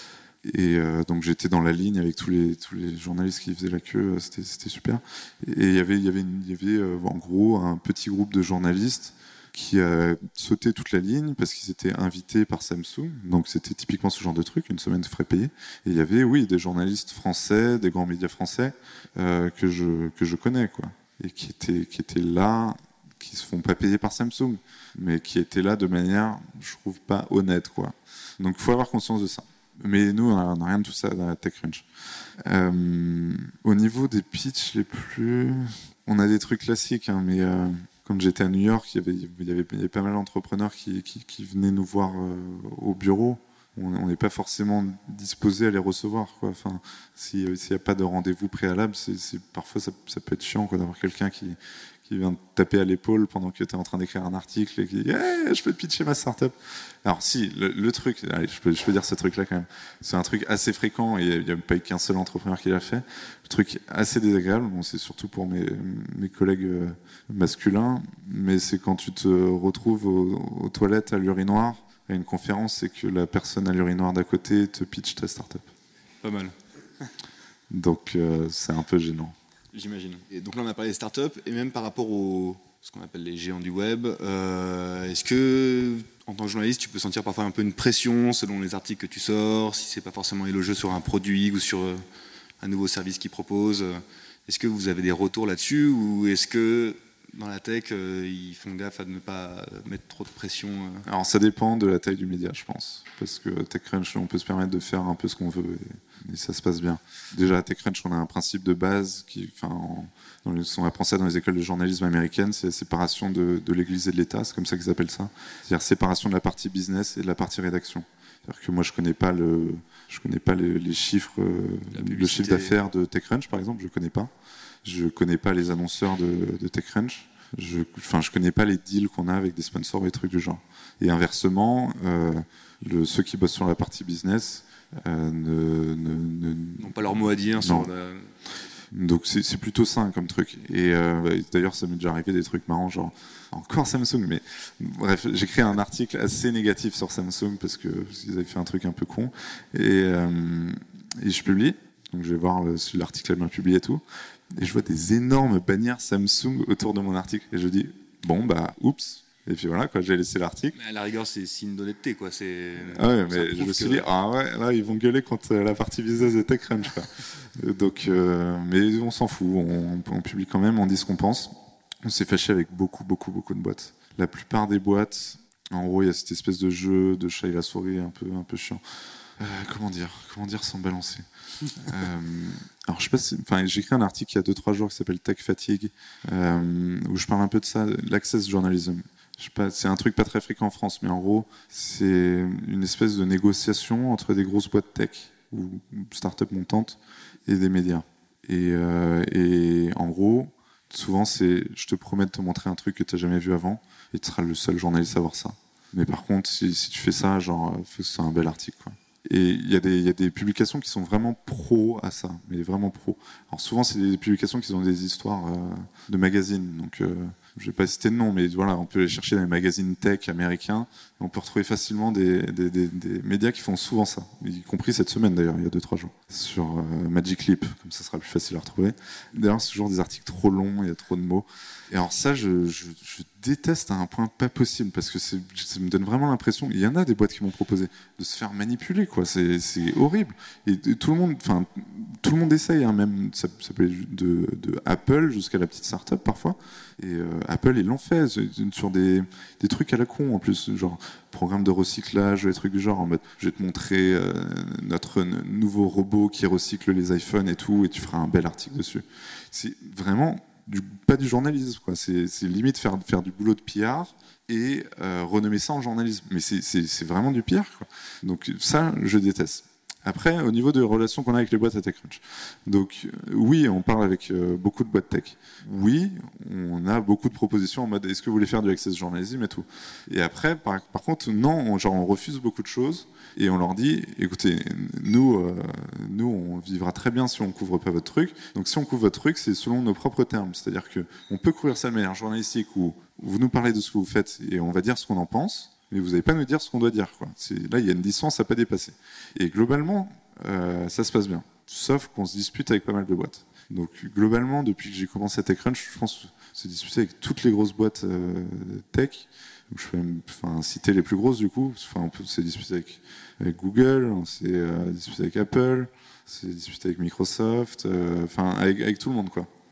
Et euh, donc j'étais dans la ligne avec tous les tous les journalistes qui faisaient la queue, c'était c'était super. Et il y avait il y avait une, il y avait euh, en gros un petit groupe de journalistes qui a sauté toute la ligne parce qu'ils étaient invités par Samsung. Donc c'était typiquement ce genre de truc, une semaine de frais payés. Et il y avait oui des journalistes français, des grands médias français euh, que je que je connais quoi, et qui étaient qui étaient là qui se font pas payer par Samsung, mais qui étaient là de manière, je trouve, pas honnête, quoi. Donc, il faut avoir conscience de ça. Mais nous, on n'a rien de tout ça dans la TechCrunch. Euh, au niveau des pitchs les plus... On a des trucs classiques, hein, mais euh, quand j'étais à New York, il y avait, il y avait, il y avait pas mal d'entrepreneurs qui, qui, qui venaient nous voir euh, au bureau. On n'est pas forcément disposé à les recevoir, quoi. Enfin, s'il n'y a pas de rendez-vous préalable, c'est, c'est, parfois ça, ça peut être chiant, quoi, d'avoir quelqu'un qui, qui vient te taper à l'épaule pendant que tu es en train d'écrire un article et qui dit hey, « je peux te pitcher ma startup ». Alors si, le, le truc, allez, je, peux, je peux dire ce truc-là quand même, c'est un truc assez fréquent et il n'y a pas eu qu'un seul entrepreneur qui l'a fait. Le truc assez désagréable, bon, c'est surtout pour mes, mes collègues euh, masculins, mais c'est quand tu te retrouves aux, aux toilettes à l'urinoir à une conférence et que la personne à l'urinoir d'à côté te pitch ta startup. Pas mal. Donc euh, c'est un peu gênant. J'imagine. Et donc là on a parlé des startups et même par rapport aux ce qu'on appelle les géants du web, euh, est-ce que en tant que journaliste tu peux sentir parfois un peu une pression selon les articles que tu sors, si c'est pas forcément élogieux sur un produit ou sur un nouveau service qu'ils proposent? Est-ce que vous avez des retours là-dessus ou est-ce que dans la tech, euh, ils font gaffe à ne pas mettre trop de pression euh... Alors ça dépend de la taille du média, je pense. Parce que TechCrunch, on peut se permettre de faire un peu ce qu'on veut et, et ça se passe bien. Déjà à TechCrunch, on a un principe de base qui, enfin, en, dans les, on apprend ça dans les écoles de journalisme américaines, c'est la séparation de, de l'Église et de l'État, c'est comme ça qu'ils appellent ça. C'est-à-dire séparation de la partie business et de la partie rédaction. C'est-à-dire que moi, je connais pas le, je connais pas les, les chiffres, le chiffre d'affaires de TechCrunch, par exemple, je connais pas. Je connais pas les annonceurs de, de TechCrunch. Je, enfin, je connais pas les deals qu'on a avec des sponsors ou des trucs du genre. Et inversement, euh, le, ceux qui bossent sur la partie business euh, ne, ne, ne n'ont pas leur mot à dire. Sur la... Donc c'est, c'est plutôt sain comme truc. Et euh, d'ailleurs, ça m'est déjà arrivé des trucs marrants, genre encore Samsung. Mais bref, j'ai créé un article assez négatif sur Samsung parce que parce qu'ils avaient fait un truc un peu con. Et, euh, et je publie. Donc je vais voir le, si l'article est bien publié et tout. Et je vois des énormes bannières Samsung autour de mon article. Et je dis, bon, bah, oups. Et puis voilà, quoi, j'ai laissé l'article. Mais à la rigueur, c'est signe d'honnêteté, quoi. C'est... Ah ouais, mais je me suis que... dit, ah ouais, là, ils vont gueuler contre la partie business de TechCrunch, quoi. Donc, euh, mais on s'en fout. On, on publie quand même, on dit ce qu'on pense. On s'est fâché avec beaucoup, beaucoup, beaucoup de boîtes. La plupart des boîtes, en gros, il y a cette espèce de jeu de chat et la souris un peu, un peu chiant. Euh, comment dire Comment dire sans balancer euh, Alors, je sais pas si, enfin, j'ai écrit un article il y a deux trois jours qui s'appelle Tech Fatigue, euh, où je parle un peu de ça, l'access journalism. Je sais pas, c'est un truc pas très fréquent en France, mais en gros, c'est une espèce de négociation entre des grosses boîtes tech ou start-up montantes et des médias. Et, euh, et en gros, souvent, c'est je te promets de te montrer un truc que tu n'as jamais vu avant, et tu seras le seul journaliste à voir ça. Mais par contre, si, si tu fais ça, genre, faut que ce soit un bel article, quoi. Et il y, y a des publications qui sont vraiment pro à ça, mais vraiment pro. Alors souvent, c'est des publications qui ont des histoires euh, de magazines. Donc, euh, je ne vais pas citer de nom, mais voilà, on peut aller chercher dans les magazines tech américains. Et on peut retrouver facilement des, des, des, des médias qui font souvent ça, y compris cette semaine d'ailleurs, il y a deux trois jours, sur euh, Magic Leap, comme ça sera plus facile à retrouver. D'ailleurs, c'est toujours des articles trop longs, il y a trop de mots. Et alors ça, je, je, je déteste à un point pas possible, parce que c'est, ça me donne vraiment l'impression, il y en a des boîtes qui m'ont proposé de se faire manipuler, quoi. C'est, c'est horrible. Et, et tout le monde, enfin, tout le monde essaye, hein, même ça, ça peut être de, de Apple jusqu'à la petite start-up parfois. Et euh, Apple, ils l'ont fait sur des, des trucs à la con, en plus, genre programme de recyclage, des trucs du genre, en mode, je vais te montrer euh, notre n- nouveau robot qui recycle les iPhones et tout, et tu feras un bel article dessus. C'est vraiment du, pas du journalisme, quoi. C'est, c'est limite faire, faire du boulot de P R et euh, renommer ça en journalisme. Mais c'est, c'est, c'est vraiment du P R, quoi. Donc ça, je déteste. Après, au niveau des relations qu'on a avec les boîtes à TechCrunch. Donc, euh, oui, on parle avec euh, beaucoup de boîtes tech. Oui, on a beaucoup de propositions en mode est-ce que vous voulez faire du access journalism et tout. Et après, par, par contre, non, on, genre, on refuse beaucoup de choses et on leur dit écoutez, nous, euh, nous, on vivra très bien si on ne couvre pas votre truc. Donc, si on couvre votre truc, c'est selon nos propres termes. C'est-à-dire qu'on peut couvrir ça de manière journalistique où vous nous parlez de ce que vous faites et on va dire ce qu'on en pense. Mais vous n'allez pas nous dire ce qu'on doit dire, quoi. C'est, là, il y a une distance à pas dépasser. Et globalement, euh, ça se passe bien. Sauf qu'on se dispute avec pas mal de boîtes. Donc globalement, depuis que j'ai commencé à TechCrunch, je pense qu'on s'est disputé avec toutes les grosses boîtes euh, tech. Donc, je peux même, enfin, citer les plus grosses du coup. Enfin, on peut, s'est disputé avec, avec Google, on s'est euh, disputé avec Apple, on s'est disputé avec Microsoft, euh, enfin avec, avec tout le monde, quoi.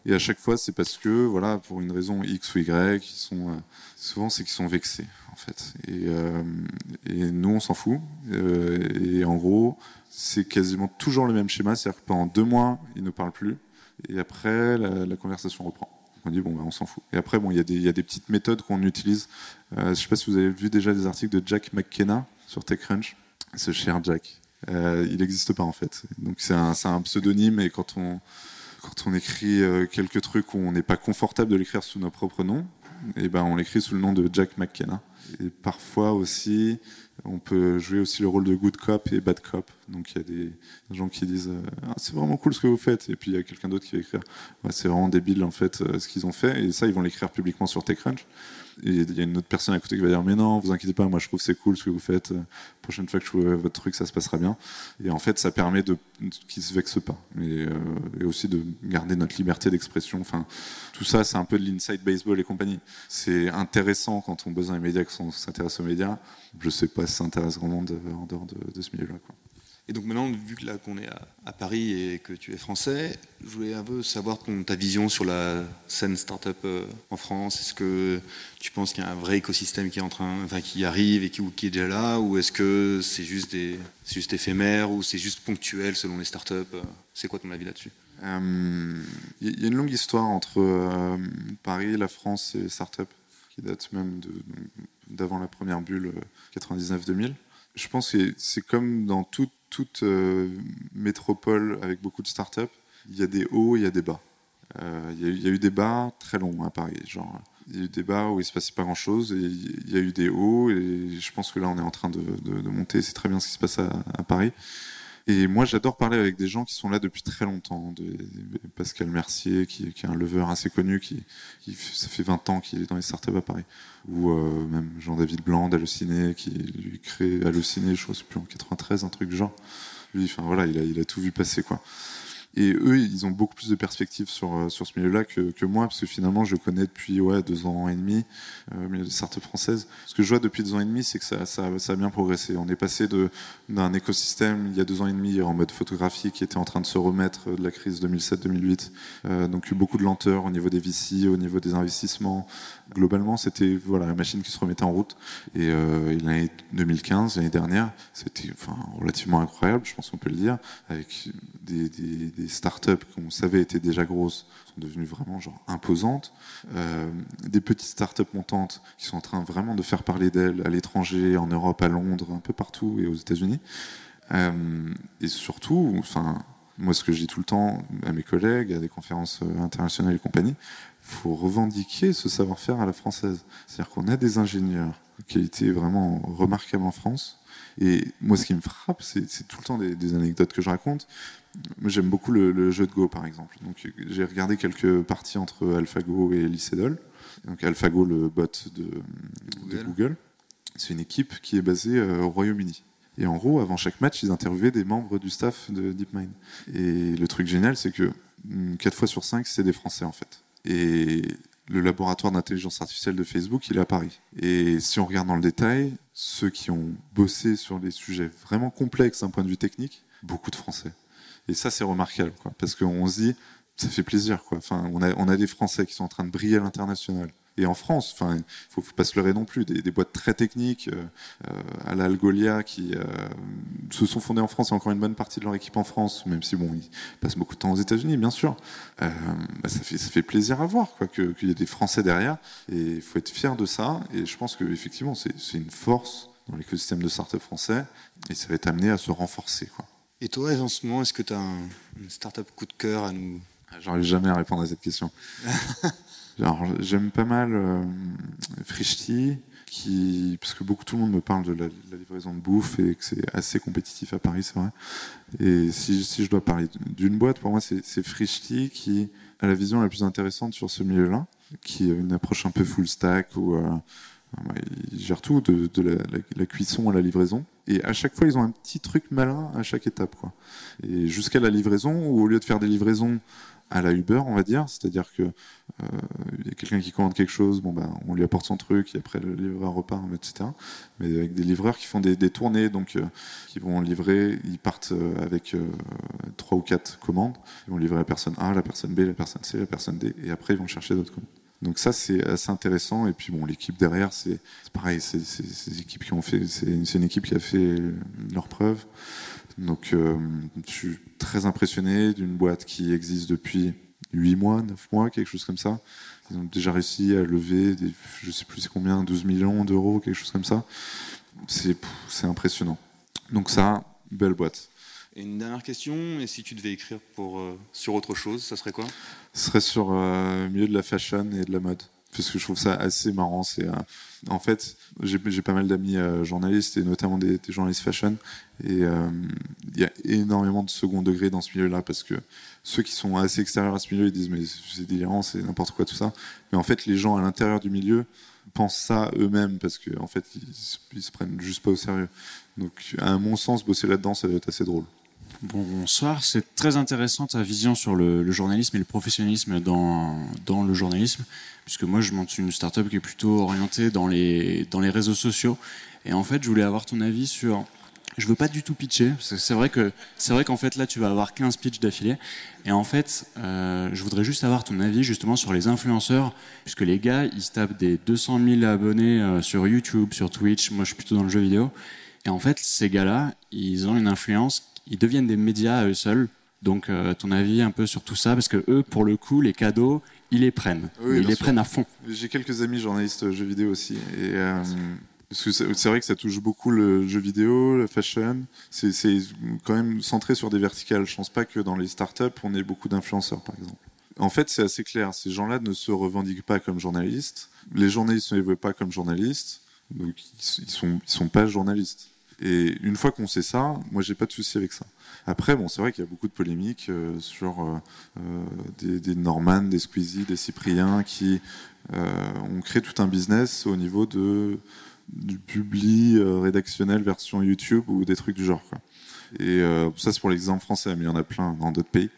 Et à chaque fois, c'est parce que, voilà, pour une raison X ou Y, ils sont, euh, souvent, c'est qu'ils sont vexés, en fait. Et, euh, et nous, on s'en fout. Euh, et en gros, c'est quasiment toujours le même schéma. C'est-à-dire que pendant deux mois, ils ne parlent plus. Et après, la, la conversation reprend. On dit, bon, ben, on s'en fout. Et après, bon, il y, y a des petites méthodes qu'on utilise. Euh, je ne sais pas si vous avez vu déjà des articles de Jack McKenna sur TechCrunch. Ce cher Jack. Euh, il n'existe pas, en fait. Donc, c'est un, c'est un pseudonyme. Et quand on, quand on écrit euh, quelques trucs où on n'est pas confortable de l'écrire sous nos propres noms, et ben, on l'écrit sous le nom de Jack McKenna. Et parfois aussi, on peut jouer aussi le rôle de good cop et bad cop. Donc il y a des gens qui disent ah, c'est vraiment cool ce que vous faites, et puis il y a quelqu'un d'autre qui va écrire ouais, c'est vraiment débile en fait ce qu'ils ont fait, et ça ils vont l'écrire publiquement sur TechCrunch. Et il y a une autre personne à côté qui va dire mais non, vous inquiétez pas, moi je trouve que c'est cool ce que vous faites, la prochaine fois que je trouve votre truc ça se passera bien. Et en fait ça permet de qu'ils se vexent pas, mais, euh, et aussi de garder notre liberté d'expression. Enfin, tout ça c'est un peu de l'inside baseball et compagnie. C'est intéressant quand on bosse dans les médias, qu'on s'intéresse aux médias. Je sais pas si ça intéresse vraiment de, en dehors de, de ce milieu-là, quoi. Et donc maintenant, vu que là qu'on est à, à Paris et que tu es français, je voulais un peu savoir ton, ta vision sur la scène start-up euh, en France. Est-ce que tu penses qu'il y a un vrai écosystème qui est en train, enfin qui arrive et qui, ou qui est déjà là, ou est-ce que c'est juste des, c'est juste éphémère, ou c'est juste ponctuel selon les start-up? C'est quoi ton avis là-dessus? Il euh, y a une longue histoire entre euh, Paris, la France et les start-up qui date même de, d'avant la première bulle quatre-vingt-dix-neuf deux mille. Je pense que c'est comme dans toute, toute euh, métropole avec beaucoup de startups, il y a des hauts et il y a des bas. Euh, il, y a, il y a eu des bas très longs à Paris. Genre, il y a eu des bas où il ne se passait pas grand-chose, et il y a eu des hauts, et je pense que là on est en train de, de, de monter. C'est très bien ce qui se passe à, à Paris. Et moi, j'adore parler avec des gens qui sont là depuis très longtemps. De, de Pascal Mercier, qui, qui est un lever assez connu, qui, qui ça fait vingt ans qu'il est dans les startups à Paris. Ou euh, même Jean-David Blanc d'Allociné, qui lui crée Allociné, je crois, c'est plus en quatre-vingt-treize, un truc du genre. Lui, enfin voilà, il a, il a tout vu passer, quoi. Et eux, ils ont beaucoup plus de perspectives sur, sur ce milieu-là que, que moi, parce que finalement, je connais depuis ouais, deux ans et demi, euh, milieu des startups françaises. Ce que je vois depuis deux ans et demi, c'est que ça, ça, ça a bien progressé. On est passé de, d'un écosystème, il y a deux ans et demi, en mode photographie, qui était en train de se remettre de la crise deux mille sept deux mille huit. Euh, donc, beaucoup de lenteur au niveau des V C, au niveau des investissements. Globalement, c'était voilà, la machine qui se remettait en route. Et, euh, et l'année deux mille quinze, l'année dernière, c'était enfin, relativement incroyable, je pense qu'on peut le dire, avec des, des, des startups qu'on savait étaient déjà grosses, sont devenues vraiment genre imposantes. Euh, des petites startups montantes qui sont en train vraiment de faire parler d'elles à l'étranger, en Europe, à Londres, un peu partout, et aux États-Unis. Euh, et surtout, enfin, moi, ce que je dis tout le temps à mes collègues, à des conférences internationales et compagnie, il faut revendiquer ce savoir-faire à la française. C'est-à-dire qu'on a des ingénieurs de qualité vraiment remarquable en France. Et moi, ce qui me frappe, c'est, c'est tout le temps des, des anecdotes que je raconte. Moi, j'aime beaucoup le, le jeu de Go, par exemple. Donc, j'ai regardé quelques parties entre AlphaGo et Lycédol. Donc, AlphaGo, le bot de Google. de Google, c'est une équipe qui est basée euh, au Royaume-Uni. Et en gros, avant chaque match, ils interviewaient des membres du staff de DeepMind. Et le truc génial, c'est que quatre fois sur cinq, c'est des Français, en fait. Et le laboratoire d'intelligence artificielle de Facebook, il est à Paris. Et si on regarde dans le détail, ceux qui ont bossé sur des sujets vraiment complexes d'un point de vue technique, beaucoup de Français. Et ça, c'est remarquable, quoi, parce qu'on se dit, ça fait plaisir, quoi. Enfin, on a, on a des Français qui sont en train de briller à l'international. Et en France, enfin, il faut, faut pas se leurrer non plus, des, des boîtes très techniques, euh, à la Algolia, qui euh, se sont fondées en France, et encore une bonne partie de leur équipe en France, même si bon, ils passent beaucoup de temps aux États-Unis, bien sûr. Euh, bah, ça fait, ça fait plaisir à voir, quoi, que, qu'il y ait des Français derrière, et il faut être fier de ça. Et je pense que effectivement, c'est, c'est une force dans l'écosystème de start-up français, et ça va être amené à se renforcer, quoi. Et toi, en ce moment, est-ce que tu as un, une start-up coup de cœur à nous? J'arrive jamais à répondre à cette question. Alors, j'aime pas mal euh, Frishti, qui, parce que beaucoup tout le monde me parle de la, de la livraison de bouffe et que c'est assez compétitif à Paris, c'est vrai. Et si, si je dois parler d'une boîte, pour moi, c'est, c'est Frishti qui a la vision la plus intéressante sur ce milieu-là, qui a une approche un peu full stack où euh, ils gèrent tout, de, de la, la, la cuisson à la livraison. Et à chaque fois, ils ont un petit truc malin à chaque étape, quoi. Et jusqu'à la livraison, où au lieu de faire des livraisons à la Uber, on va dire, c'est-à-dire que euh, y a quelqu'un qui commande quelque chose, bon ben on lui apporte son truc et après le livreur repart, et cetera. Mais avec des livreurs qui font des, des tournées, donc euh, qui vont livrer, ils partent avec trois euh, ou quatre commandes, ils vont livrer la personne A, la personne B, la personne C, la personne D, et après ils vont chercher d'autres commandes. Donc ça c'est assez intéressant. Et puis bon, l'équipe derrière, c'est, c'est pareil, c'est, c'est, c'est des équipes qui ont fait, c'est, c'est une équipe qui a fait leurs preuves. Donc euh, je suis très impressionné d'une boîte qui existe depuis huit mois, neuf mois, quelque chose comme ça. Ils ont déjà réussi à lever des, je sais plus c'est combien, douze millions d'euros, quelque chose comme ça. C'est, c'est impressionnant. Donc ça, belle boîte. Et une dernière question, et si tu devais écrire pour, euh, sur autre chose, ça serait quoi ? Ce serait sur euh, milieu de la fashion et de la mode. Parce que je trouve ça assez marrant. C'est, euh, en fait, j'ai, j'ai pas mal d'amis euh, journalistes, et notamment des, des journalistes fashion. Et il euh, y a énormément de second degré dans ce milieu-là, parce que ceux qui sont assez extérieurs à ce milieu, ils disent « mais c'est délirant, c'est n'importe quoi tout ça ». Mais en fait, les gens à l'intérieur du milieu pensent ça eux-mêmes, parce qu'en en fait, ils, ils se prennent juste pas au sérieux. Donc, à mon sens, bosser là-dedans, ça va être assez drôle. Bonsoir, c'est très intéressant ta vision sur le, le journalisme et le professionnalisme dans, dans le journalisme, puisque moi je monte une start-up qui est plutôt orientée dans les, dans les réseaux sociaux. Et en fait, je voulais avoir ton avis sur... Je veux pas du tout pitcher, parce que c'est vrai que c'est vrai qu'en fait là tu vas avoir quinze pitchs d'affilée. Et en fait, euh, je voudrais juste avoir ton avis justement sur les influenceurs, puisque les gars ils se tapent des deux cent mille abonnés euh, sur YouTube, sur Twitch. Moi je suis plutôt dans le jeu vidéo. Et en fait, ces gars-là, ils ont une influence. Ils deviennent des médias à eux seuls. Donc, euh, ton avis un peu sur tout ça, parce que eux, pour le coup, les cadeaux, ils les prennent. Oui, ils les sûr. prennent à fond. J'ai quelques amis journalistes jeux vidéo aussi. Et, euh, parce que c'est, c'est vrai que ça touche beaucoup le jeu vidéo, la fashion. C'est, c'est quand même centré sur des verticales. Je pense pas que dans les startups, on ait beaucoup d'influenceurs, par exemple. En fait, c'est assez clair. Ces gens-là ne se revendiquent pas comme journalistes. Les journalistes ne les voient pas comme journalistes. Donc, ils sont, ils sont pas journalistes. Et une fois qu'on sait ça, moi j'ai pas de souci avec ça. Après, bon, c'est vrai qu'il y a beaucoup de polémiques euh, sur euh, euh, des, des Norman, des Squeezie, des Cyprien qui euh, ont créé tout un business au niveau de, du publi euh, rédactionnel version YouTube ou des trucs du genre, quoi. Et euh, ça c'est pour l'exemple français, mais il y en a plein dans d'autres pays.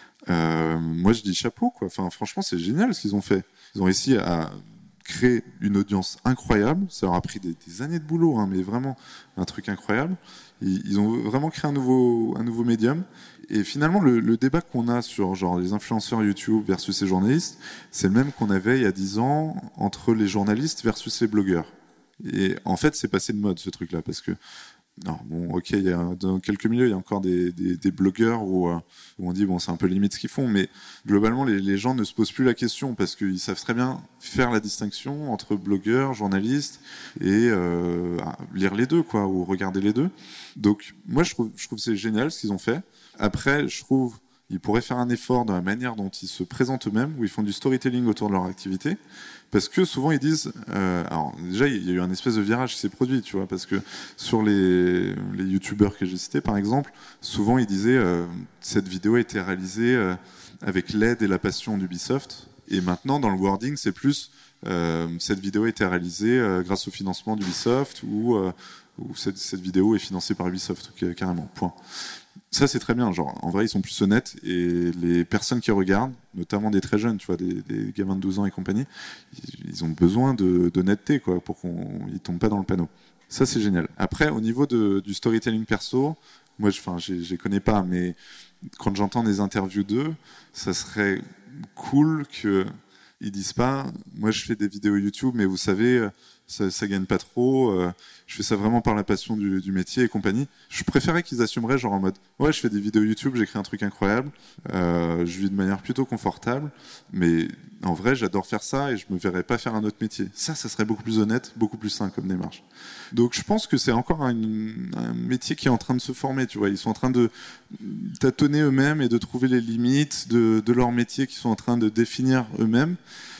Euh, moi je dis chapeau, quoi. Enfin, franchement, c'est génial ce qu'ils ont fait. Ils ont réussi à créer une audience incroyable. Ça leur a pris des, des années de boulot, hein, mais vraiment un truc incroyable. Ils, ils ont vraiment créé un nouveau, un nouveau médium. Et finalement, le, le débat qu'on a sur genre, les influenceurs YouTube versus les journalistes, c'est le même qu'on avait il y a dix ans entre les journalistes versus les blogueurs. Et en fait, c'est passé de mode ce truc-là, parce que non, bon, ok, il y a, dans quelques milieux, il y a encore des, des, des blogueurs où, euh, où on dit bon, c'est un peu limite ce qu'ils font, mais globalement, les, les gens ne se posent plus la question parce qu'ils savent très bien faire la distinction entre blogueurs, journalistes et euh, lire les deux, quoi, ou regarder les deux. Donc, moi, je trouve, je trouve que c'est génial ce qu'ils ont fait. Après, je trouve ils pourraient faire un effort dans la manière dont ils se présentent eux-mêmes, où ils font du storytelling autour de leur activité, parce que souvent ils disent, euh, alors déjà il y a eu un espèce de virage qui s'est produit, tu vois, parce que sur les, les youtubeurs que j'ai cités par exemple, souvent ils disaient euh, cette vidéo a été réalisée euh, avec l'aide et la passion d'Ubisoft, et maintenant dans le wording c'est plus euh, cette vidéo a été réalisée euh, grâce au financement d'Ubisoft, ou, euh, ou cette, cette vidéo est financée par Ubisoft, carrément, point. Ça c'est très bien, genre en vrai ils sont plus honnêtes, et les personnes qui regardent, notamment des très jeunes, tu vois, des, des gamins de douze ans et compagnie, ils, ils ont besoin de, d'honnêteté, quoi, pour qu'ils ne tombent pas dans le panneau. Ça c'est génial. Après au niveau de, du storytelling perso, moi je ne les connais pas, mais quand j'entends des interviews d'eux, ça serait cool qu'ils disent pas, moi je fais des vidéos YouTube, mais vous savez, ça, ça gagne pas trop, euh, je fais ça vraiment par la passion du, du métier et compagnie. Je préférais qu'ils assumeraient genre en mode ouais, je fais des vidéos YouTube, j'écris un truc incroyable, euh, je vis de manière plutôt confortable, mais en vrai j'adore faire ça et je me verrais pas faire un autre métier. Ça, ça serait beaucoup plus honnête, beaucoup plus sain comme démarche. Donc je pense que c'est encore un, un métier qui est en train de se former, tu vois. Ils sont en train de tâtonner eux-mêmes et de trouver les limites de, de leur métier qu'ils sont en train de définir eux-mêmes.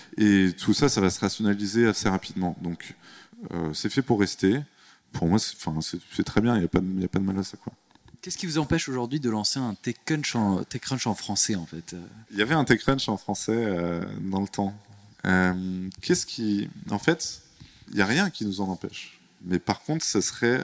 Et tout ça, ça va se rationaliser assez rapidement. Donc, euh, c'est fait pour rester. Pour moi, c'est, c'est, c'est très bien. Il n'y a pas de, il y a pas de mal à ça, quoi. Qu'est-ce qui vous empêche aujourd'hui de lancer un TechCrunch en, TechCrunch en français, en fait ? Il y avait un TechCrunch en français euh, dans le temps. Euh, qu'est-ce qui... En fait, il n'y a rien qui nous en empêche. Mais par contre, ça serait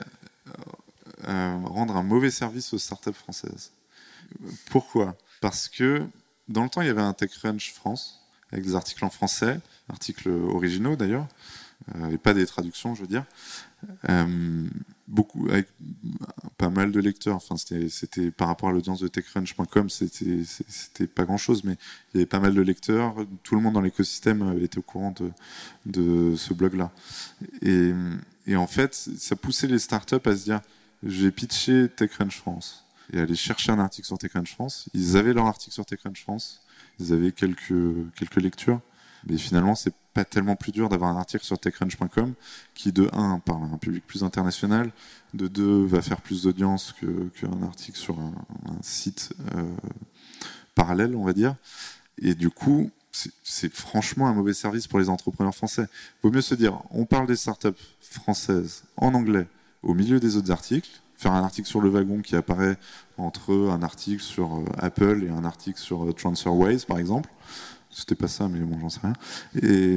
euh, rendre un mauvais service aux startups françaises. Pourquoi ? Parce que dans le temps, il y avait un TechCrunch France, avec des articles en français, articles originaux d'ailleurs, euh, et pas des traductions, je veux dire. Euh, beaucoup, avec pas mal de lecteurs. Enfin, c'était, c'était par rapport à l'audience de TechCrunch point com, c'était, c'était pas grand-chose, mais il y avait pas mal de lecteurs. Tout le monde dans l'écosystème était au courant de, de ce blog-là. Et, et en fait, ça poussait les startups à se dire, j'ai pitché TechCrunch France et aller chercher un article sur TechCrunch France. Ils avaient leur article sur TechCrunch France, ils avaient quelques quelques lectures. Mais finalement, c'est pas tellement plus dur d'avoir un article sur TechCrunch point com qui, de un, parle à un public plus international, de deux, va faire plus d'audience que, qu'un article sur un, un site euh, parallèle, on va dire. Et du coup, c'est, c'est franchement un mauvais service pour les entrepreneurs français. Il vaut mieux se dire, on parle des startups françaises en anglais au milieu des autres articles, faire un article sur le wagon qui apparaît entre un article sur euh, Apple et un article sur euh, TransferWise, par exemple. C'était pas ça, mais bon, j'en sais rien. Et,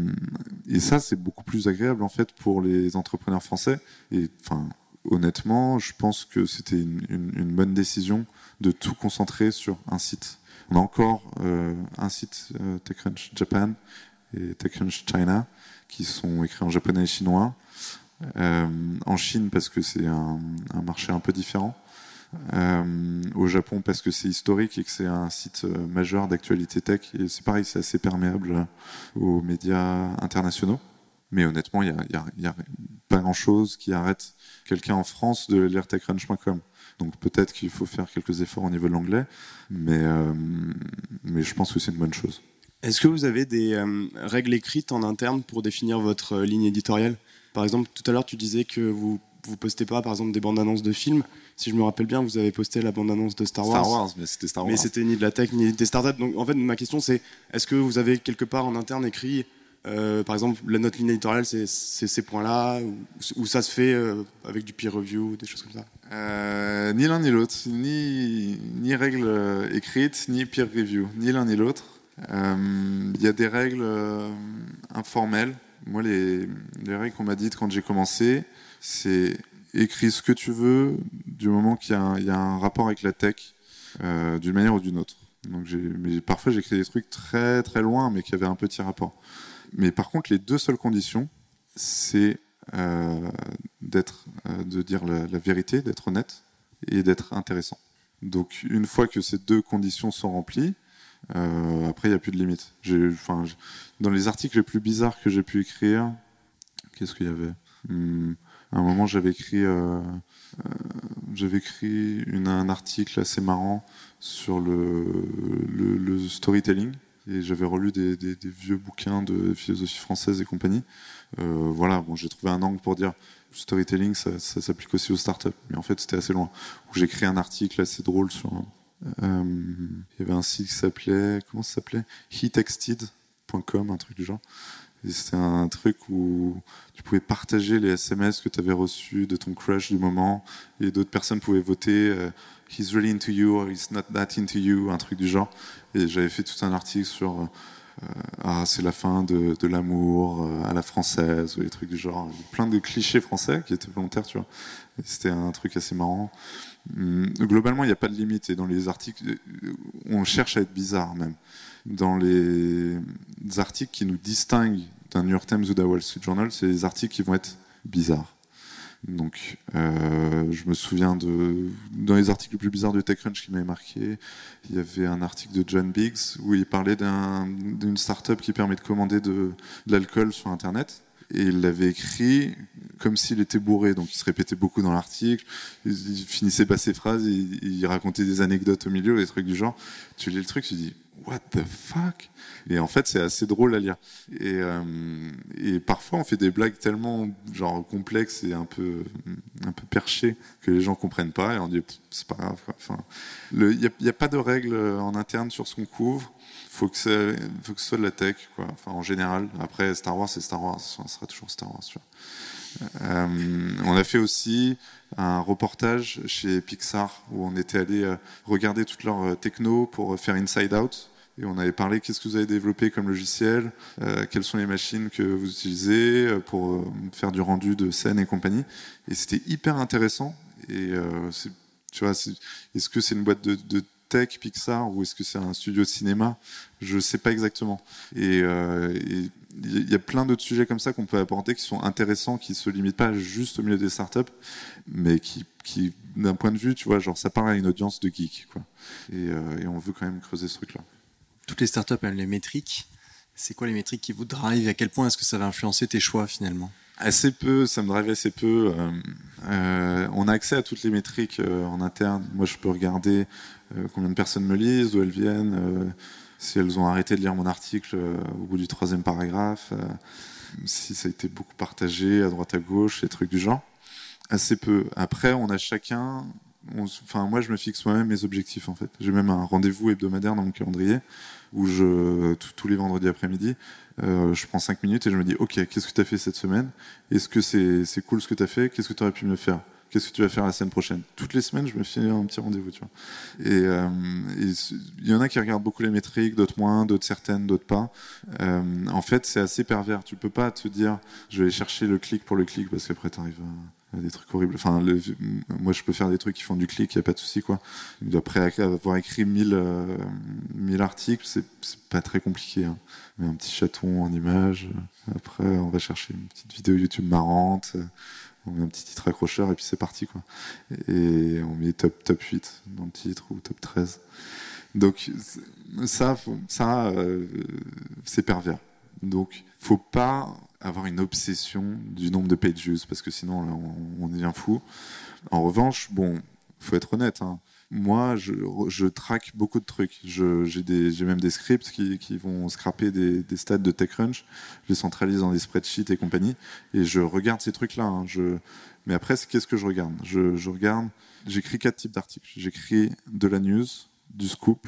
et ça, c'est beaucoup plus agréable en fait pour les entrepreneurs français. Et enfin, honnêtement, je pense que c'était une, une, une bonne décision de tout concentrer sur un site. On a encore euh, un site euh, TechCrunch Japan et TechCrunch China qui sont écrits en japonais et chinois. Euh, en Chine parce que c'est un, un marché un peu différent. Euh, au Japon parce que c'est historique et que c'est un site euh, majeur d'actualité tech et c'est pareil, c'est assez perméable euh, aux médias internationaux, mais honnêtement il n'y a, a, a pas grand chose qui arrête quelqu'un en France de lire TechCrunch point com, donc peut-être qu'il faut faire quelques efforts au niveau de l'anglais, mais, euh, mais je pense que c'est une bonne chose. Est-ce que vous avez des euh, règles écrites en interne pour définir votre euh, ligne éditoriale? Par exemple, tout à l'heure tu disais que vous vous postez pas par exemple des bandes annonces de films. Si je me rappelle bien, vous avez posté la bande annonce de Star Wars. Star Wars, mais c'était Star Wars. Mais c'était ni de la tech ni des startups. Donc en fait, ma question c'est, est-ce que vous avez quelque part en interne écrit, euh, par exemple, la notre ligne éditoriale, c'est, c'est ces points-là, ou, ou ça se fait euh, avec du peer review, des choses comme ça? euh, Ni l'un ni l'autre, ni ni règles écrites, ni peer review, ni l'un ni l'autre. Il euh, y a des règles euh, informelles. Moi, les, les règles qu'on m'a dites quand j'ai commencé, c'est écris ce que tu veux du moment qu'il y a un, il y a un rapport avec la tech euh, d'une manière ou d'une autre. Donc j'ai, mais parfois j'écris des trucs très très loin mais qui avaient un petit rapport. Mais par contre les deux seules conditions, c'est euh, d'être, euh, de dire la, la vérité, d'être honnête et d'être intéressant. Donc une fois que ces deux conditions sont remplies, euh, après il n'y a plus de limite. J'ai, enfin, j'ai, dans les articles les plus bizarres que j'ai pu écrire, qu'est-ce qu'il y avait? hum, À un moment, j'avais écrit, euh, euh, j'avais écrit une, un article assez marrant sur le, le, le storytelling. Et j'avais relu des, des, des vieux bouquins de philosophie française et compagnie. Euh, voilà, bon, j'ai trouvé un angle pour dire storytelling, ça, ça s'applique aussi aux startups. Mais en fait, c'était assez loin. Où j'ai écrit un article assez drôle sur. Euh, il y avait un site qui s'appelait, comment ça s'appelait, he texted point com, un truc du genre. Et c'était un truc où tu pouvais partager les S M S que tu avais reçus de ton crush du moment et d'autres personnes pouvaient voter euh, he's really into you or he's not that into you, un truc du genre. Et j'avais fait tout un article sur euh, ah, c'est la fin de, de l'amour euh, à la française ou des trucs du genre. Plein de clichés français qui étaient volontaires, tu vois. Et c'était un truc assez marrant. Hum, globalement, il n'y a pas de limite. Et dans les articles, on cherche à être bizarre même. Dans les articles qui nous distinguent d'un New York Times ou d'un Wall Street Journal, c'est les articles qui vont être bizarres. Donc, euh, je me souviens de dans les articles les plus bizarres de TechCrunch qui m'avaient marqué, il y avait un article de John Biggs où il parlait d'un, d'une start-up qui permet de commander de, de l'alcool sur Internet. Et il l'avait écrit comme s'il était bourré, donc il se répétait beaucoup dans l'article, il finissait pas ses phrases, il, il racontait des anecdotes au milieu, des trucs du genre. Tu lis le truc, tu dis what the fuck? Et en fait, c'est assez drôle à lire. Et, euh, et parfois, on fait des blagues tellement genre complexes et un peu un peu perchées que les gens comprennent pas, et on dit c'est pas grave. Enfin, il y a, y a pas de règles en interne sur ce qu'on couvre. Faut que ça, faut que ce soit de la tech, quoi. Enfin, en général. Après, Star Wars, c'est Star Wars. Ça sera toujours Star Wars. Tu vois. Euh, on a fait aussi un reportage chez Pixar où on était allé regarder toute leur techno pour faire Inside Out. Et on avait parlé qu'est-ce que vous avez développé comme logiciel, euh, quelles sont les machines que vous utilisez pour euh, faire du rendu de scène et compagnie. Et c'était hyper intéressant. Et euh, c'est, tu vois, c'est, est-ce que c'est une boîte de, de tech, Pixar, ou est-ce que c'est un studio de cinéma? Je sais pas exactement. Et euh, il y a plein d'autres sujets comme ça qu'on peut aborder qui sont intéressants, qui se limitent pas juste au milieu des startups, mais qui, qui d'un point de vue, tu vois, genre ça parle à une audience de geeks, quoi. Et, euh, et on veut quand même creuser ce truc-là. Toutes les startups ont les métriques. C'est quoi les métriques qui vous drive? À quel point est-ce que ça va influencer tes choix finalement? Assez peu, ça me drive assez peu. Euh, euh, on a accès à toutes les métriques euh, en interne. Moi, je peux regarder euh, combien de personnes me lisent, d'où elles viennent, euh, si elles ont arrêté de lire mon article euh, au bout du troisième paragraphe, euh, si ça a été beaucoup partagé à droite à gauche, des trucs du genre. Assez peu. Après, on a chacun... On, enfin, moi, je me fixe moi-même mes objectifs, en fait. J'ai même un rendez-vous hebdomadaire dans mon calendrier où je, tous les vendredis après-midi, euh, je prends cinq minutes et je me dis, ok, qu'est-ce que tu as fait cette semaine? Est-ce que c'est, c'est cool ce que tu as fait? Qu'est-ce que tu aurais pu mieux faire? Qu'est-ce que tu vas faire la semaine prochaine? Toutes les semaines, je me fais un petit rendez-vous, tu vois. Et euh, il y en a qui regardent beaucoup les métriques, d'autres moins, d'autres certaines, d'autres pas. Euh, en fait, c'est assez pervers. Tu peux pas te dire, je vais aller chercher le clic pour le clic, parce qu'après, tu arrives à des trucs horribles. Enfin, le, moi, je peux faire des trucs qui font du clic, il n'y a pas de souci, quoi. Après avoir écrit mille, euh, mille articles, c'est, c'est pas très compliqué, hein. On met un petit chaton en image. Après, on va chercher une petite vidéo YouTube marrante. On met un petit titre accrocheur et puis c'est parti, quoi. Et on met top, top huit dans le titre ou top treize. Donc, ça, ça euh, c'est pervers. Donc, faut pas avoir une obsession du nombre de page views parce que sinon, là, on, on devient fou. En revanche, bon, faut être honnête, hein. Moi, je, je traque beaucoup de trucs. Je, j'ai, des, j'ai même des scripts qui, qui vont scraper des, des stats de TechCrunch. Je les centralise dans des spreadsheets et compagnie. Et je regarde ces trucs-là, hein. Je... Mais après, c'est, qu'est-ce que je regarde? je, je regarde... J'écris quatre types d'articles. J'écris de la news, du scoop,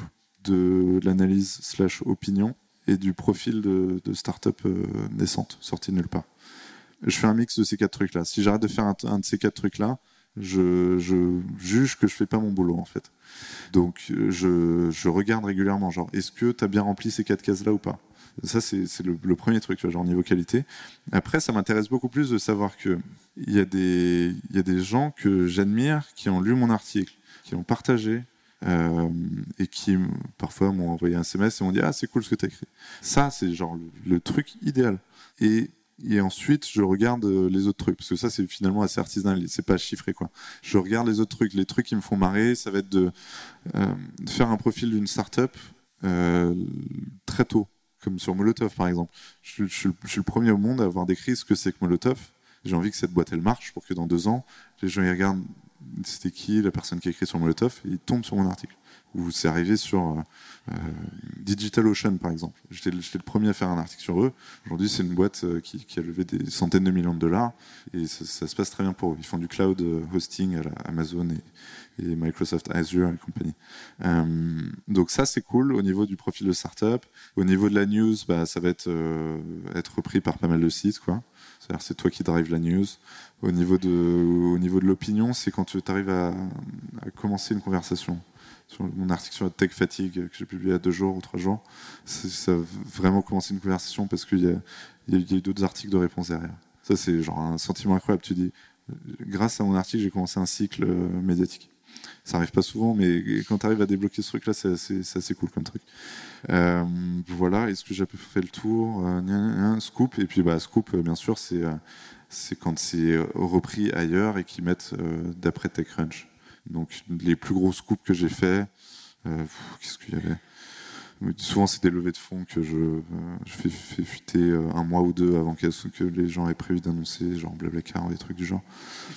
de l'analyse slash opinion et du profil de, de start-up euh, naissante, sortie de nulle part. Je fais un mix de ces quatre trucs-là. Si j'arrête de faire un, un de ces quatre trucs-là, Je, je juge que je fais pas mon boulot, en fait. Donc je, je regarde régulièrement, genre, est-ce que tu as bien rempli ces quatre cases là ou pas? Ça, c'est, c'est le, le premier truc, tu vois, genre niveau qualité. Après, ça m'intéresse beaucoup plus de savoir que il y a des il y a des gens que j'admire qui ont lu mon article, qui l'ont partagé euh, et qui parfois m'ont envoyé un S M S et m'ont dit ah c'est cool ce que tu as écrit. Ça, c'est genre le, le truc idéal. Et Et ensuite, je regarde les autres trucs, parce que ça, c'est finalement assez artisanal, c'est pas chiffré, quoi. Je regarde les autres trucs. Les trucs qui me font marrer, ça va être de, euh, de faire un profil d'une start-up euh, très tôt, comme sur Molotov, par exemple. Je, je, je suis le premier au monde à avoir décrit ce que c'est que Molotov. J'ai envie que cette boîte, elle marche, pour que dans deux ans, les gens, ils regardent c'était qui, la personne qui a écrit sur Molotov, et ils tombent sur mon article. Ou c'est arrivé sur euh, DigitalOcean, par exemple. J'étais, j'étais le premier à faire un article sur eux. Aujourd'hui, c'est une boîte qui, qui a levé des centaines de millions de dollars et ça, ça se passe très bien pour eux. Ils font du cloud hosting à la Amazon et, et Microsoft Azure et compagnie. Euh, donc ça, c'est cool au niveau du profil de startup. Au niveau de la news, bah, ça va être, euh, être repris par pas mal de sites, quoi. C'est-à-dire c'est toi qui drive la news. Au niveau de, au niveau de l'opinion, c'est quand tu arrives à, à commencer une conversation. Sur mon article sur la tech fatigue que j'ai publié il y a deux jours ou trois jours, c'est, ça a vraiment commencé une conversation parce qu'il y a, il y a eu d'autres articles de réponse derrière. Ça, c'est genre un sentiment incroyable. Tu dis, grâce à mon article, j'ai commencé un cycle médiatique. Ça arrive pas souvent, mais quand tu arrives à débloquer ce truc-là, c'est assez, c'est assez cool comme truc. Euh, voilà, est-ce que j'ai à peu près fait le tour? euh, un Scoop, et puis bah, Scoop, bien sûr, c'est, c'est quand c'est repris ailleurs et qu'ils mettent euh, d'après TechCrunch. Donc les plus gros scoops que j'ai fait, euh, qu'est-ce qu'il y avait? Souvent c'est des levées de fonds que je, euh, je fais, fais fuiter euh, un mois ou deux avant que les gens aient prévu d'annoncer, genre Blablacar ou des trucs du genre.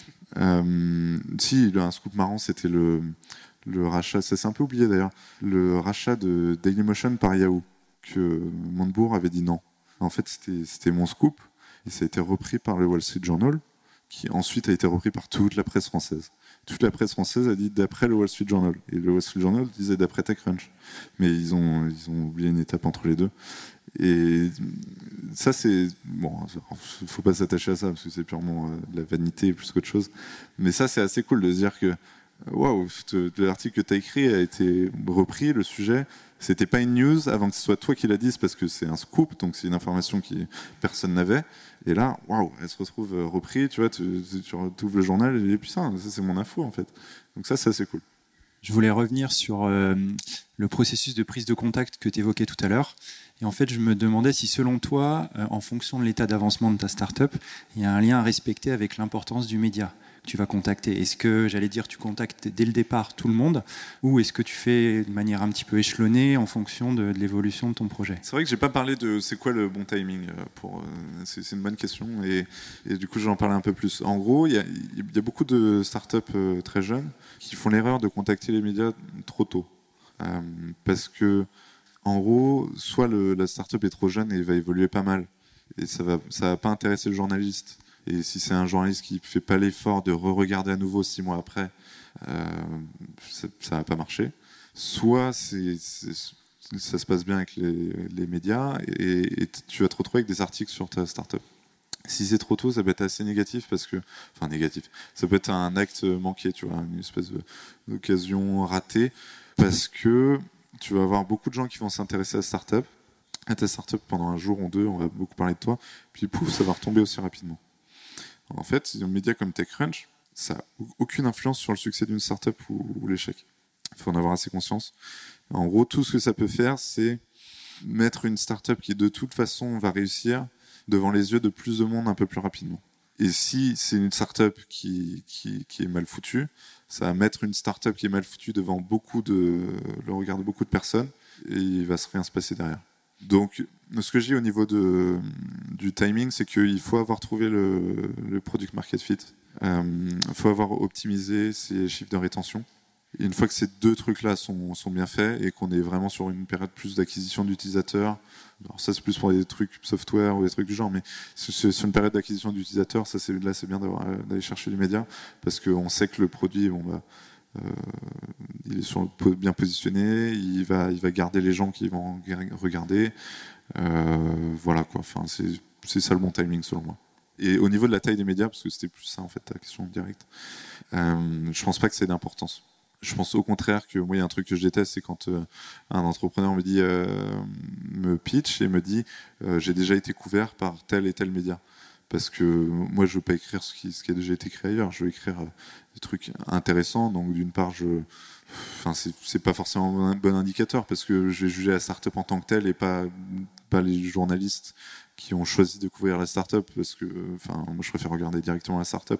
Euh, si, un scoop marrant, c'était le, le rachat, ça s'est un peu oublié d'ailleurs, le rachat de Dailymotion par Yahoo, que Montebourg avait dit non. En fait, c'était, c'était mon scoop, et ça a été repris par le Wall Street Journal, qui ensuite a été repris par toute la presse française. Toute la presse française a dit d'après le Wall Street Journal. Et le Wall Street Journal disait d'après TechCrunch. Mais ils ont, ils ont oublié une étape entre les deux. Et ça, c'est... Bon, il ne faut pas s'attacher à ça, parce que c'est purement euh, de la vanité plus qu'autre chose. Mais ça, c'est assez cool de se dire que waouh, l'article que tu as écrit a été repris, le sujet. C'était pas une news avant que ce soit toi qui la dises, parce que c'est un scoop, donc c'est une information que personne n'avait. Et là, waouh, elle se retrouve reprise, tu vois, tu, tu, tu ouvres le journal et tu dis putain, ça c'est mon info en fait. Donc ça, c'est assez cool. Je voulais revenir sur euh, le processus de prise de contact que tu évoquais tout à l'heure. Et en fait, je me demandais si, selon toi, euh, en fonction de l'état d'avancement de ta start-up, il y a un lien à respecter avec l'importance du média que tu vas contacter. Est-ce que, j'allais dire, tu contactes dès le départ tout le monde, ou est-ce que tu fais de manière un petit peu échelonnée en fonction de, de l'évolution de ton projet ? C'est vrai que j'ai pas parlé de c'est quoi le bon timing. Pour, c'est, c'est une bonne question et, et du coup, j'en parler un peu plus. En gros, il y a, il y a beaucoup de startups très jeunes qui font l'erreur de contacter les médias trop tôt. Euh, parce que en gros, soit le, la start-up est trop jeune et va évoluer pas mal, et ça va, ça va pas intéresser le journaliste. Et si c'est un journaliste qui fait pas l'effort de re-regarder à nouveau six mois après, euh, ça, ça va pas marcher. Soit c'est, c'est, ça se passe bien avec les, les médias et, et tu vas te retrouver avec des articles sur ta start-up. Si c'est trop tôt, ça peut être assez négatif parce que, enfin négatif, ça peut être un acte manqué, tu vois, une espèce de, d'occasion ratée, parce que tu vas avoir beaucoup de gens qui vont s'intéresser à la start-up, à ta start-up pendant un jour ou deux, on va beaucoup parler de toi, puis pouf, ça va retomber aussi rapidement. En fait, un média comme TechCrunch, ça n'a aucune influence sur le succès d'une start-up ou, ou l'échec. Il faut en avoir assez conscience. En gros, tout ce que ça peut faire, c'est mettre une start-up qui, de toute façon, va réussir devant les yeux de plus de monde un peu plus rapidement. Et si c'est une start-up qui, qui, qui est mal foutue, ça va mettre une start-up qui est mal foutue devant beaucoup de, le regard de beaucoup de personnes et il va rien se passer derrière. Donc, ce que je dis au niveau de, du timing, c'est qu'il faut avoir trouvé le, le product market fit. Il euh, faut avoir optimisé ses chiffres de rétention. Et une fois que ces deux trucs-là sont, sont bien faits et qu'on est vraiment sur une période plus d'acquisition d'utilisateurs, alors ça c'est plus pour des trucs software ou des trucs du genre, mais sur une période d'acquisition d'utilisateurs, ça c'est, là c'est bien d'avoir, d'aller chercher du média parce qu'on sait que le produit, bon, bah, euh, il est sur, bien positionné, il va, il va garder les gens qui vont regarder. Euh, voilà quoi, enfin, c'est, c'est ça le bon timing selon moi. Et au niveau de la taille des médias, parce que c'était plus ça en fait ta question directe, euh, je pense pas que c'est d'importance. Je pense au contraire que moi, il y a un truc que je déteste, c'est quand euh, un entrepreneur me dit, euh, me pitch et me dit, euh, j'ai déjà été couvert par tel et tel média. Parce que moi, je veux pas écrire ce qui, ce qui a déjà été écrit ailleurs. Je veux écrire euh, des trucs intéressants. Donc, d'une part, je, enfin, c'est, c'est pas forcément un bon indicateur parce que je vais juger la startup en tant que telle et pas, pas les journalistes qui ont choisi de couvrir la startup parce que, enfin, moi, je préfère regarder directement la startup.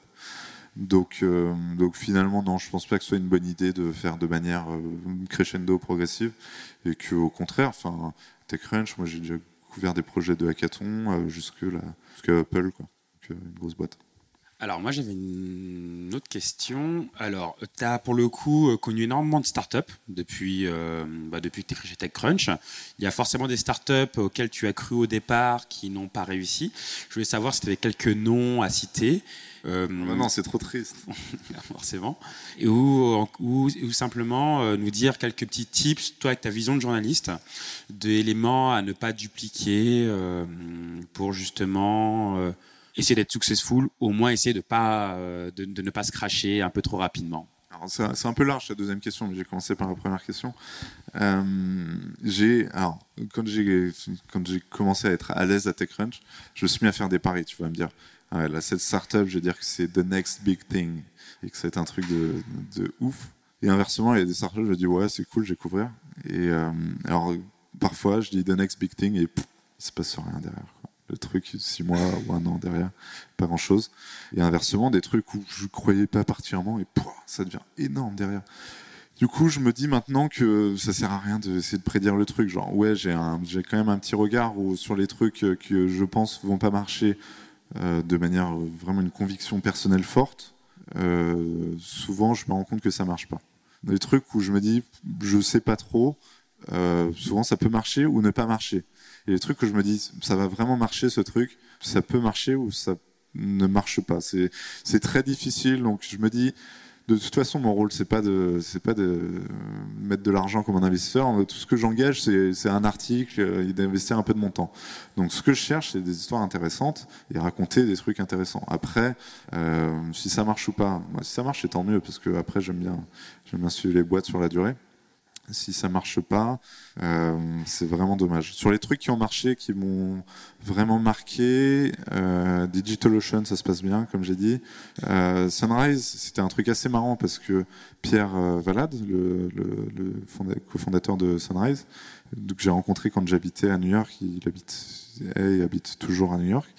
Donc, euh, donc finalement, non, je pense pas que ce soit une bonne idée de faire de manière euh, crescendo, progressive, et qu'au contraire, enfin, TechCrunch, moi j'ai déjà couvert des projets de hackathon euh, jusque là, jusqu'à Apple, quoi, donc, euh, une grosse boîte. Alors moi j'avais une autre question. Alors tu as pour le coup connu énormément de startups depuis, euh, bah, depuis que tu es chez TechCrunch. Il y a forcément des startups auxquelles tu as cru au départ qui n'ont pas réussi. Je voulais savoir si tu avais quelques noms à citer. Euh, oh non, c'est trop triste. Forcément. Et ou, ou, ou simplement euh, nous dire quelques petits tips, toi avec ta vision de journaliste, d'éléments à ne pas dupliquer euh, pour justement... Euh, essayer d'être successful, au moins essayer de, pas, euh, de, de ne pas se crasher un peu trop rapidement. Alors c'est, c'est un peu large la deuxième question, mais j'ai commencé par la première question. Euh, j'ai, alors, quand, j'ai, quand j'ai commencé à être à l'aise à TechCrunch, je me suis mis à faire des paris. Tu vas me dire, ah, là, cette startup, je vais dire que c'est the next big thing et que c'est un truc de, de ouf. Et inversement, il y a des startups, je dis ouais, c'est cool, je vais couvrir. Et euh, alors, parfois, je dis the next big thing et pff, il se passe rien derrière, quoi. Le truc, six mois ou un an derrière, pas grand-chose. Et inversement, des trucs où je croyais pas particulièrement et pouah, ça devient énorme derrière. Du coup, je me dis maintenant que ça sert à rien d'essayer de prédire le truc. Genre, ouais, j'ai, un, j'ai quand même un petit regard où, sur les trucs que je pense vont pas marcher euh, de manière vraiment une conviction personnelle forte. Euh, souvent, je me rends compte que ça marche pas. Les trucs où je me dis, je sais pas trop, euh, souvent ça peut marcher ou ne pas marcher. Et les trucs que je me dis, ça va vraiment marcher ce truc, ça peut marcher ou ça ne marche pas. C'est, c'est très difficile, donc je me dis, de toute façon, mon rôle, c'est pas de, c'est pas de mettre de l'argent comme un investisseur. Tout ce que j'engage, c'est, c'est un article et d'investir un peu de mon temps. Donc, ce que je cherche, c'est des histoires intéressantes et raconter des trucs intéressants. Après, euh, si ça marche ou pas, moi, si ça marche, c'est tant mieux parce que après, j'aime bien, j'aime bien suivre les boîtes sur la durée. Si ça marche pas, euh, c'est vraiment dommage. Sur les trucs qui ont marché, qui m'ont vraiment marqué, euh, DigitalOcean, ça se passe bien, comme j'ai dit. Euh, Sunrise, c'était un truc assez marrant parce que Pierre euh, Valade, le, le, le fonda- cofondateur de Sunrise, que j'ai rencontré quand j'habitais à New York, il habite, il habite toujours à New York.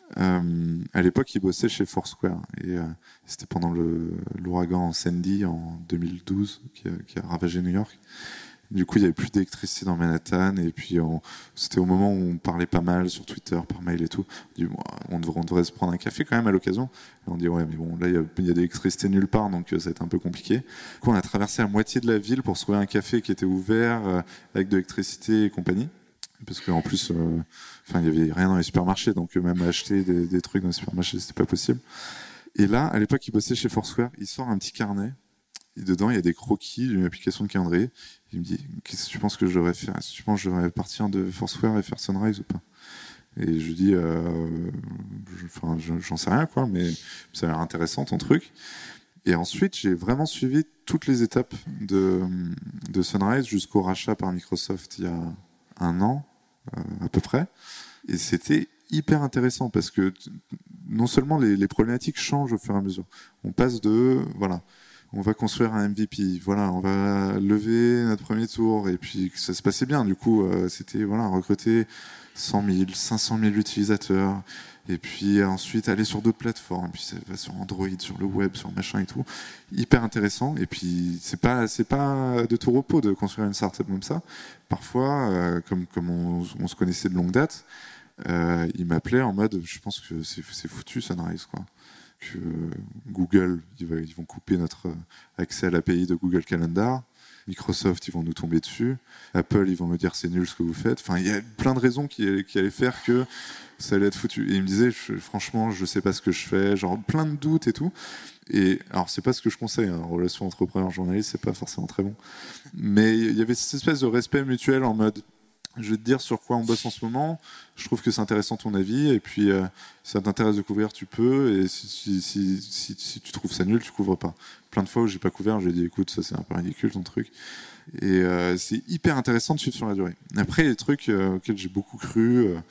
Euh, à l'époque, il bossait chez Foursquare et euh, c'était pendant le, l'ouragan Sandy en deux mille douze qui a, qui a ravagé New York. Du coup, il n'y avait plus d'électricité dans Manhattan et puis on, c'était au moment où on parlait pas mal sur Twitter, par mail et tout. On dit, bon, on, devrait, on devrait se prendre un café quand même à l'occasion. Et on dit ouais, mais bon, là il y a, il y a de l'électricité nulle part, donc ça va être un peu compliqué. Du coup, on a traversé la moitié de la ville pour se trouver un café qui était ouvert euh, avec de l'électricité et compagnie. Parce qu'en plus, euh, enfin, il n'y avait rien dans les supermarchés, donc même acheter des, des trucs dans les supermarchés, c'était pas possible. Et là, à l'époque, il bossait chez Foursquare, il sort un petit carnet, et dedans, il y a des croquis d'une application de calendrier. Il me dit, qu'est-ce que tu penses que je devrais faire? Est-ce que tu penses que je devrais partir de Foursquare et faire Sunrise ou pas? Et je lui dis, euh, je, enfin, je, j'en sais rien, quoi, mais ça a l'air intéressant, ton truc. Et ensuite, j'ai vraiment suivi toutes les étapes de, de Sunrise jusqu'au rachat par Microsoft il y a un an, euh, à peu près. Et c'était hyper intéressant parce que t- non seulement les, les problématiques changent au fur et à mesure. On passe de, voilà, on va construire un M V P, voilà, on va lever notre premier tour et puis ça se passait bien. Du coup, euh, c'était, voilà, recruter cent mille, cinq cent mille utilisateurs. Et puis ensuite aller sur d'autres plateformes, et puis ça va sur Android, sur le web, sur machin et tout, hyper intéressant. Et puis c'est pas c'est pas de tout repos de construire une startup comme ça. Parfois, euh, comme comme on, on se connaissait de longue date, euh, il m'appelait en mode, je pense que c'est c'est foutu, Sunrise, quoi. Que Google, ils, va, ils vont couper notre accès à l'A P I de Google Calendar. Microsoft, ils vont nous tomber dessus. Apple, ils vont me dire c'est nul ce que vous faites. Enfin, il y a plein de raisons qui, qui allaient faire que ça allait être foutu. Et il me disait, je, franchement, je sais pas ce que je fais, genre plein de doutes et tout. Et alors, c'est pas ce que je conseille, hein. Relation entrepreneur-journaliste, c'est pas forcément très bon. Mais il y avait cette espèce de respect mutuel en mode, je vais te dire sur quoi on bosse en ce moment, je trouve que c'est intéressant ton avis, et puis euh, si ça t'intéresse de couvrir, tu peux, et si, si, si, si, si tu trouves ça nul, tu couvres pas. Plein de fois où j'ai pas couvert, j'ai dit écoute, ça c'est un peu ridicule ton truc. Et euh, c'est hyper intéressant de suivre sur la durée. Après, les trucs euh, auxquels j'ai beaucoup cru, euh,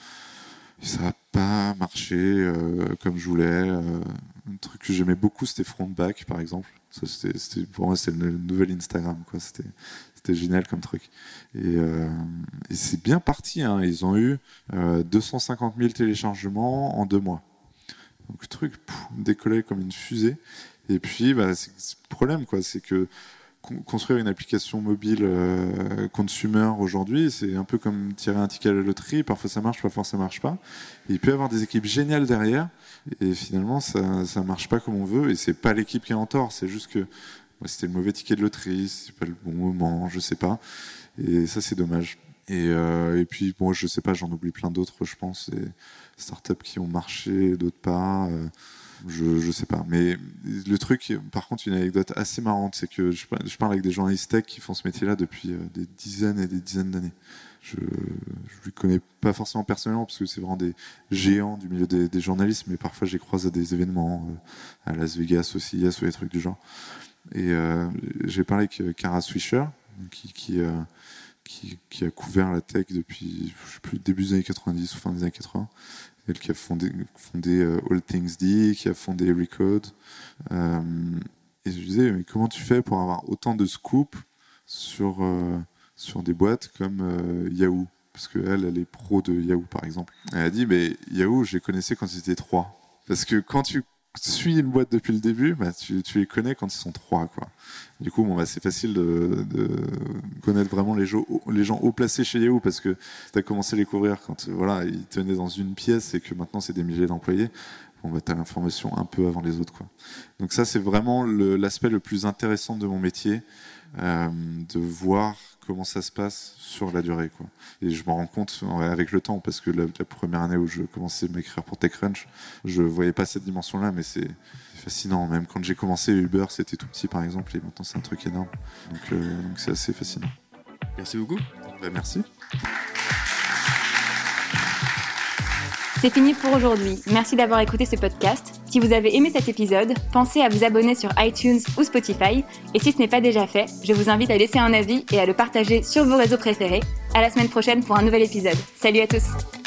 ça n'a pas marché euh, comme je voulais. Euh, un truc que j'aimais beaucoup, c'était Frontback, par exemple. Ça, c'était, c'était, pour moi, c'était le nouvel Instagram, quoi. C'était, c'était génial comme truc. Et, euh, et c'est bien parti, hein. Ils ont eu euh, deux cent cinquante mille téléchargements en deux mois. Donc le truc pouf, décollait comme une fusée. Et puis, bah, c'est, c'est le problème, quoi, c'est que construire une application mobile euh, consumer aujourd'hui, c'est un peu comme tirer un ticket à la loterie. Parfois ça marche, parfois ça marche pas. Et il peut y avoir des équipes géniales derrière, et finalement ça ça marche pas comme on veut. Et c'est pas l'équipe qui est en tort, c'est juste que ouais, c'était le mauvais ticket de loterie, c'est pas le bon moment, je sais pas. Et ça c'est dommage. Et, euh, et puis bon, je sais pas, j'en oublie plein d'autres, je pense, des startups qui ont marché, d'autres pas. Euh, Je, je sais pas, mais le truc, par contre, une anecdote assez marrante, c'est que je, je parle avec des journalistes tech qui font ce métier-là depuis euh, des dizaines et des dizaines d'années. Je ne les connais pas forcément personnellement parce que c'est vraiment des géants du milieu des, des journalistes, mais parfois je les croise à des événements, euh, à Las Vegas, au C I S ou des trucs du genre. Et euh, j'ai parlé avec Kara Swisher, qui, qui, euh, qui, qui a couvert la tech depuis je sais plus, début des années quatre-vingt-dix ou fin des années quatre-vingts. Elle qui a fondé, fondé euh, All Things D, qui a fondé Recode. Euh, et je lui disais, mais comment tu fais pour avoir autant de scoop sur, euh, sur des boîtes comme euh, Yahoo? Parce qu'elle, elle est pro de Yahoo, par exemple. Elle a dit, mais Yahoo, je les connaissais quand ils étaient trois. Parce que quand tu suis une boîte depuis le début, bah, tu, tu les connais quand ils sont trois, quoi. Du coup, bon, bah, c'est facile de, de connaître vraiment les gens, les gens haut placés chez Yahoo parce que tu as commencé à les couvrir quand voilà, ils tenaient dans une pièce et que maintenant c'est des milliers d'employés. Bon, bah, tu as l'information un peu avant les autres, quoi. Donc ça, c'est vraiment le, l'aspect le plus intéressant de mon métier, euh, de voir comment ça se passe sur la durée, quoi. Et je m'en rends compte ouais, avec le temps, parce que la, la première année où je commençais à m'écrire pour TechCrunch, je voyais pas cette dimension-là, mais c'est, c'est fascinant. Même quand j'ai commencé Uber, c'était tout petit, par exemple, et maintenant c'est un truc énorme. Donc, euh, donc c'est assez fascinant. Merci beaucoup. Ben, merci. C'est fini pour aujourd'hui. Merci d'avoir écouté ce podcast. Si vous avez aimé cet épisode, pensez à vous abonner sur iTunes ou Spotify. Et si ce n'est pas déjà fait, je vous invite à laisser un avis et à le partager sur vos réseaux préférés. À la semaine prochaine pour un nouvel épisode. Salut à tous!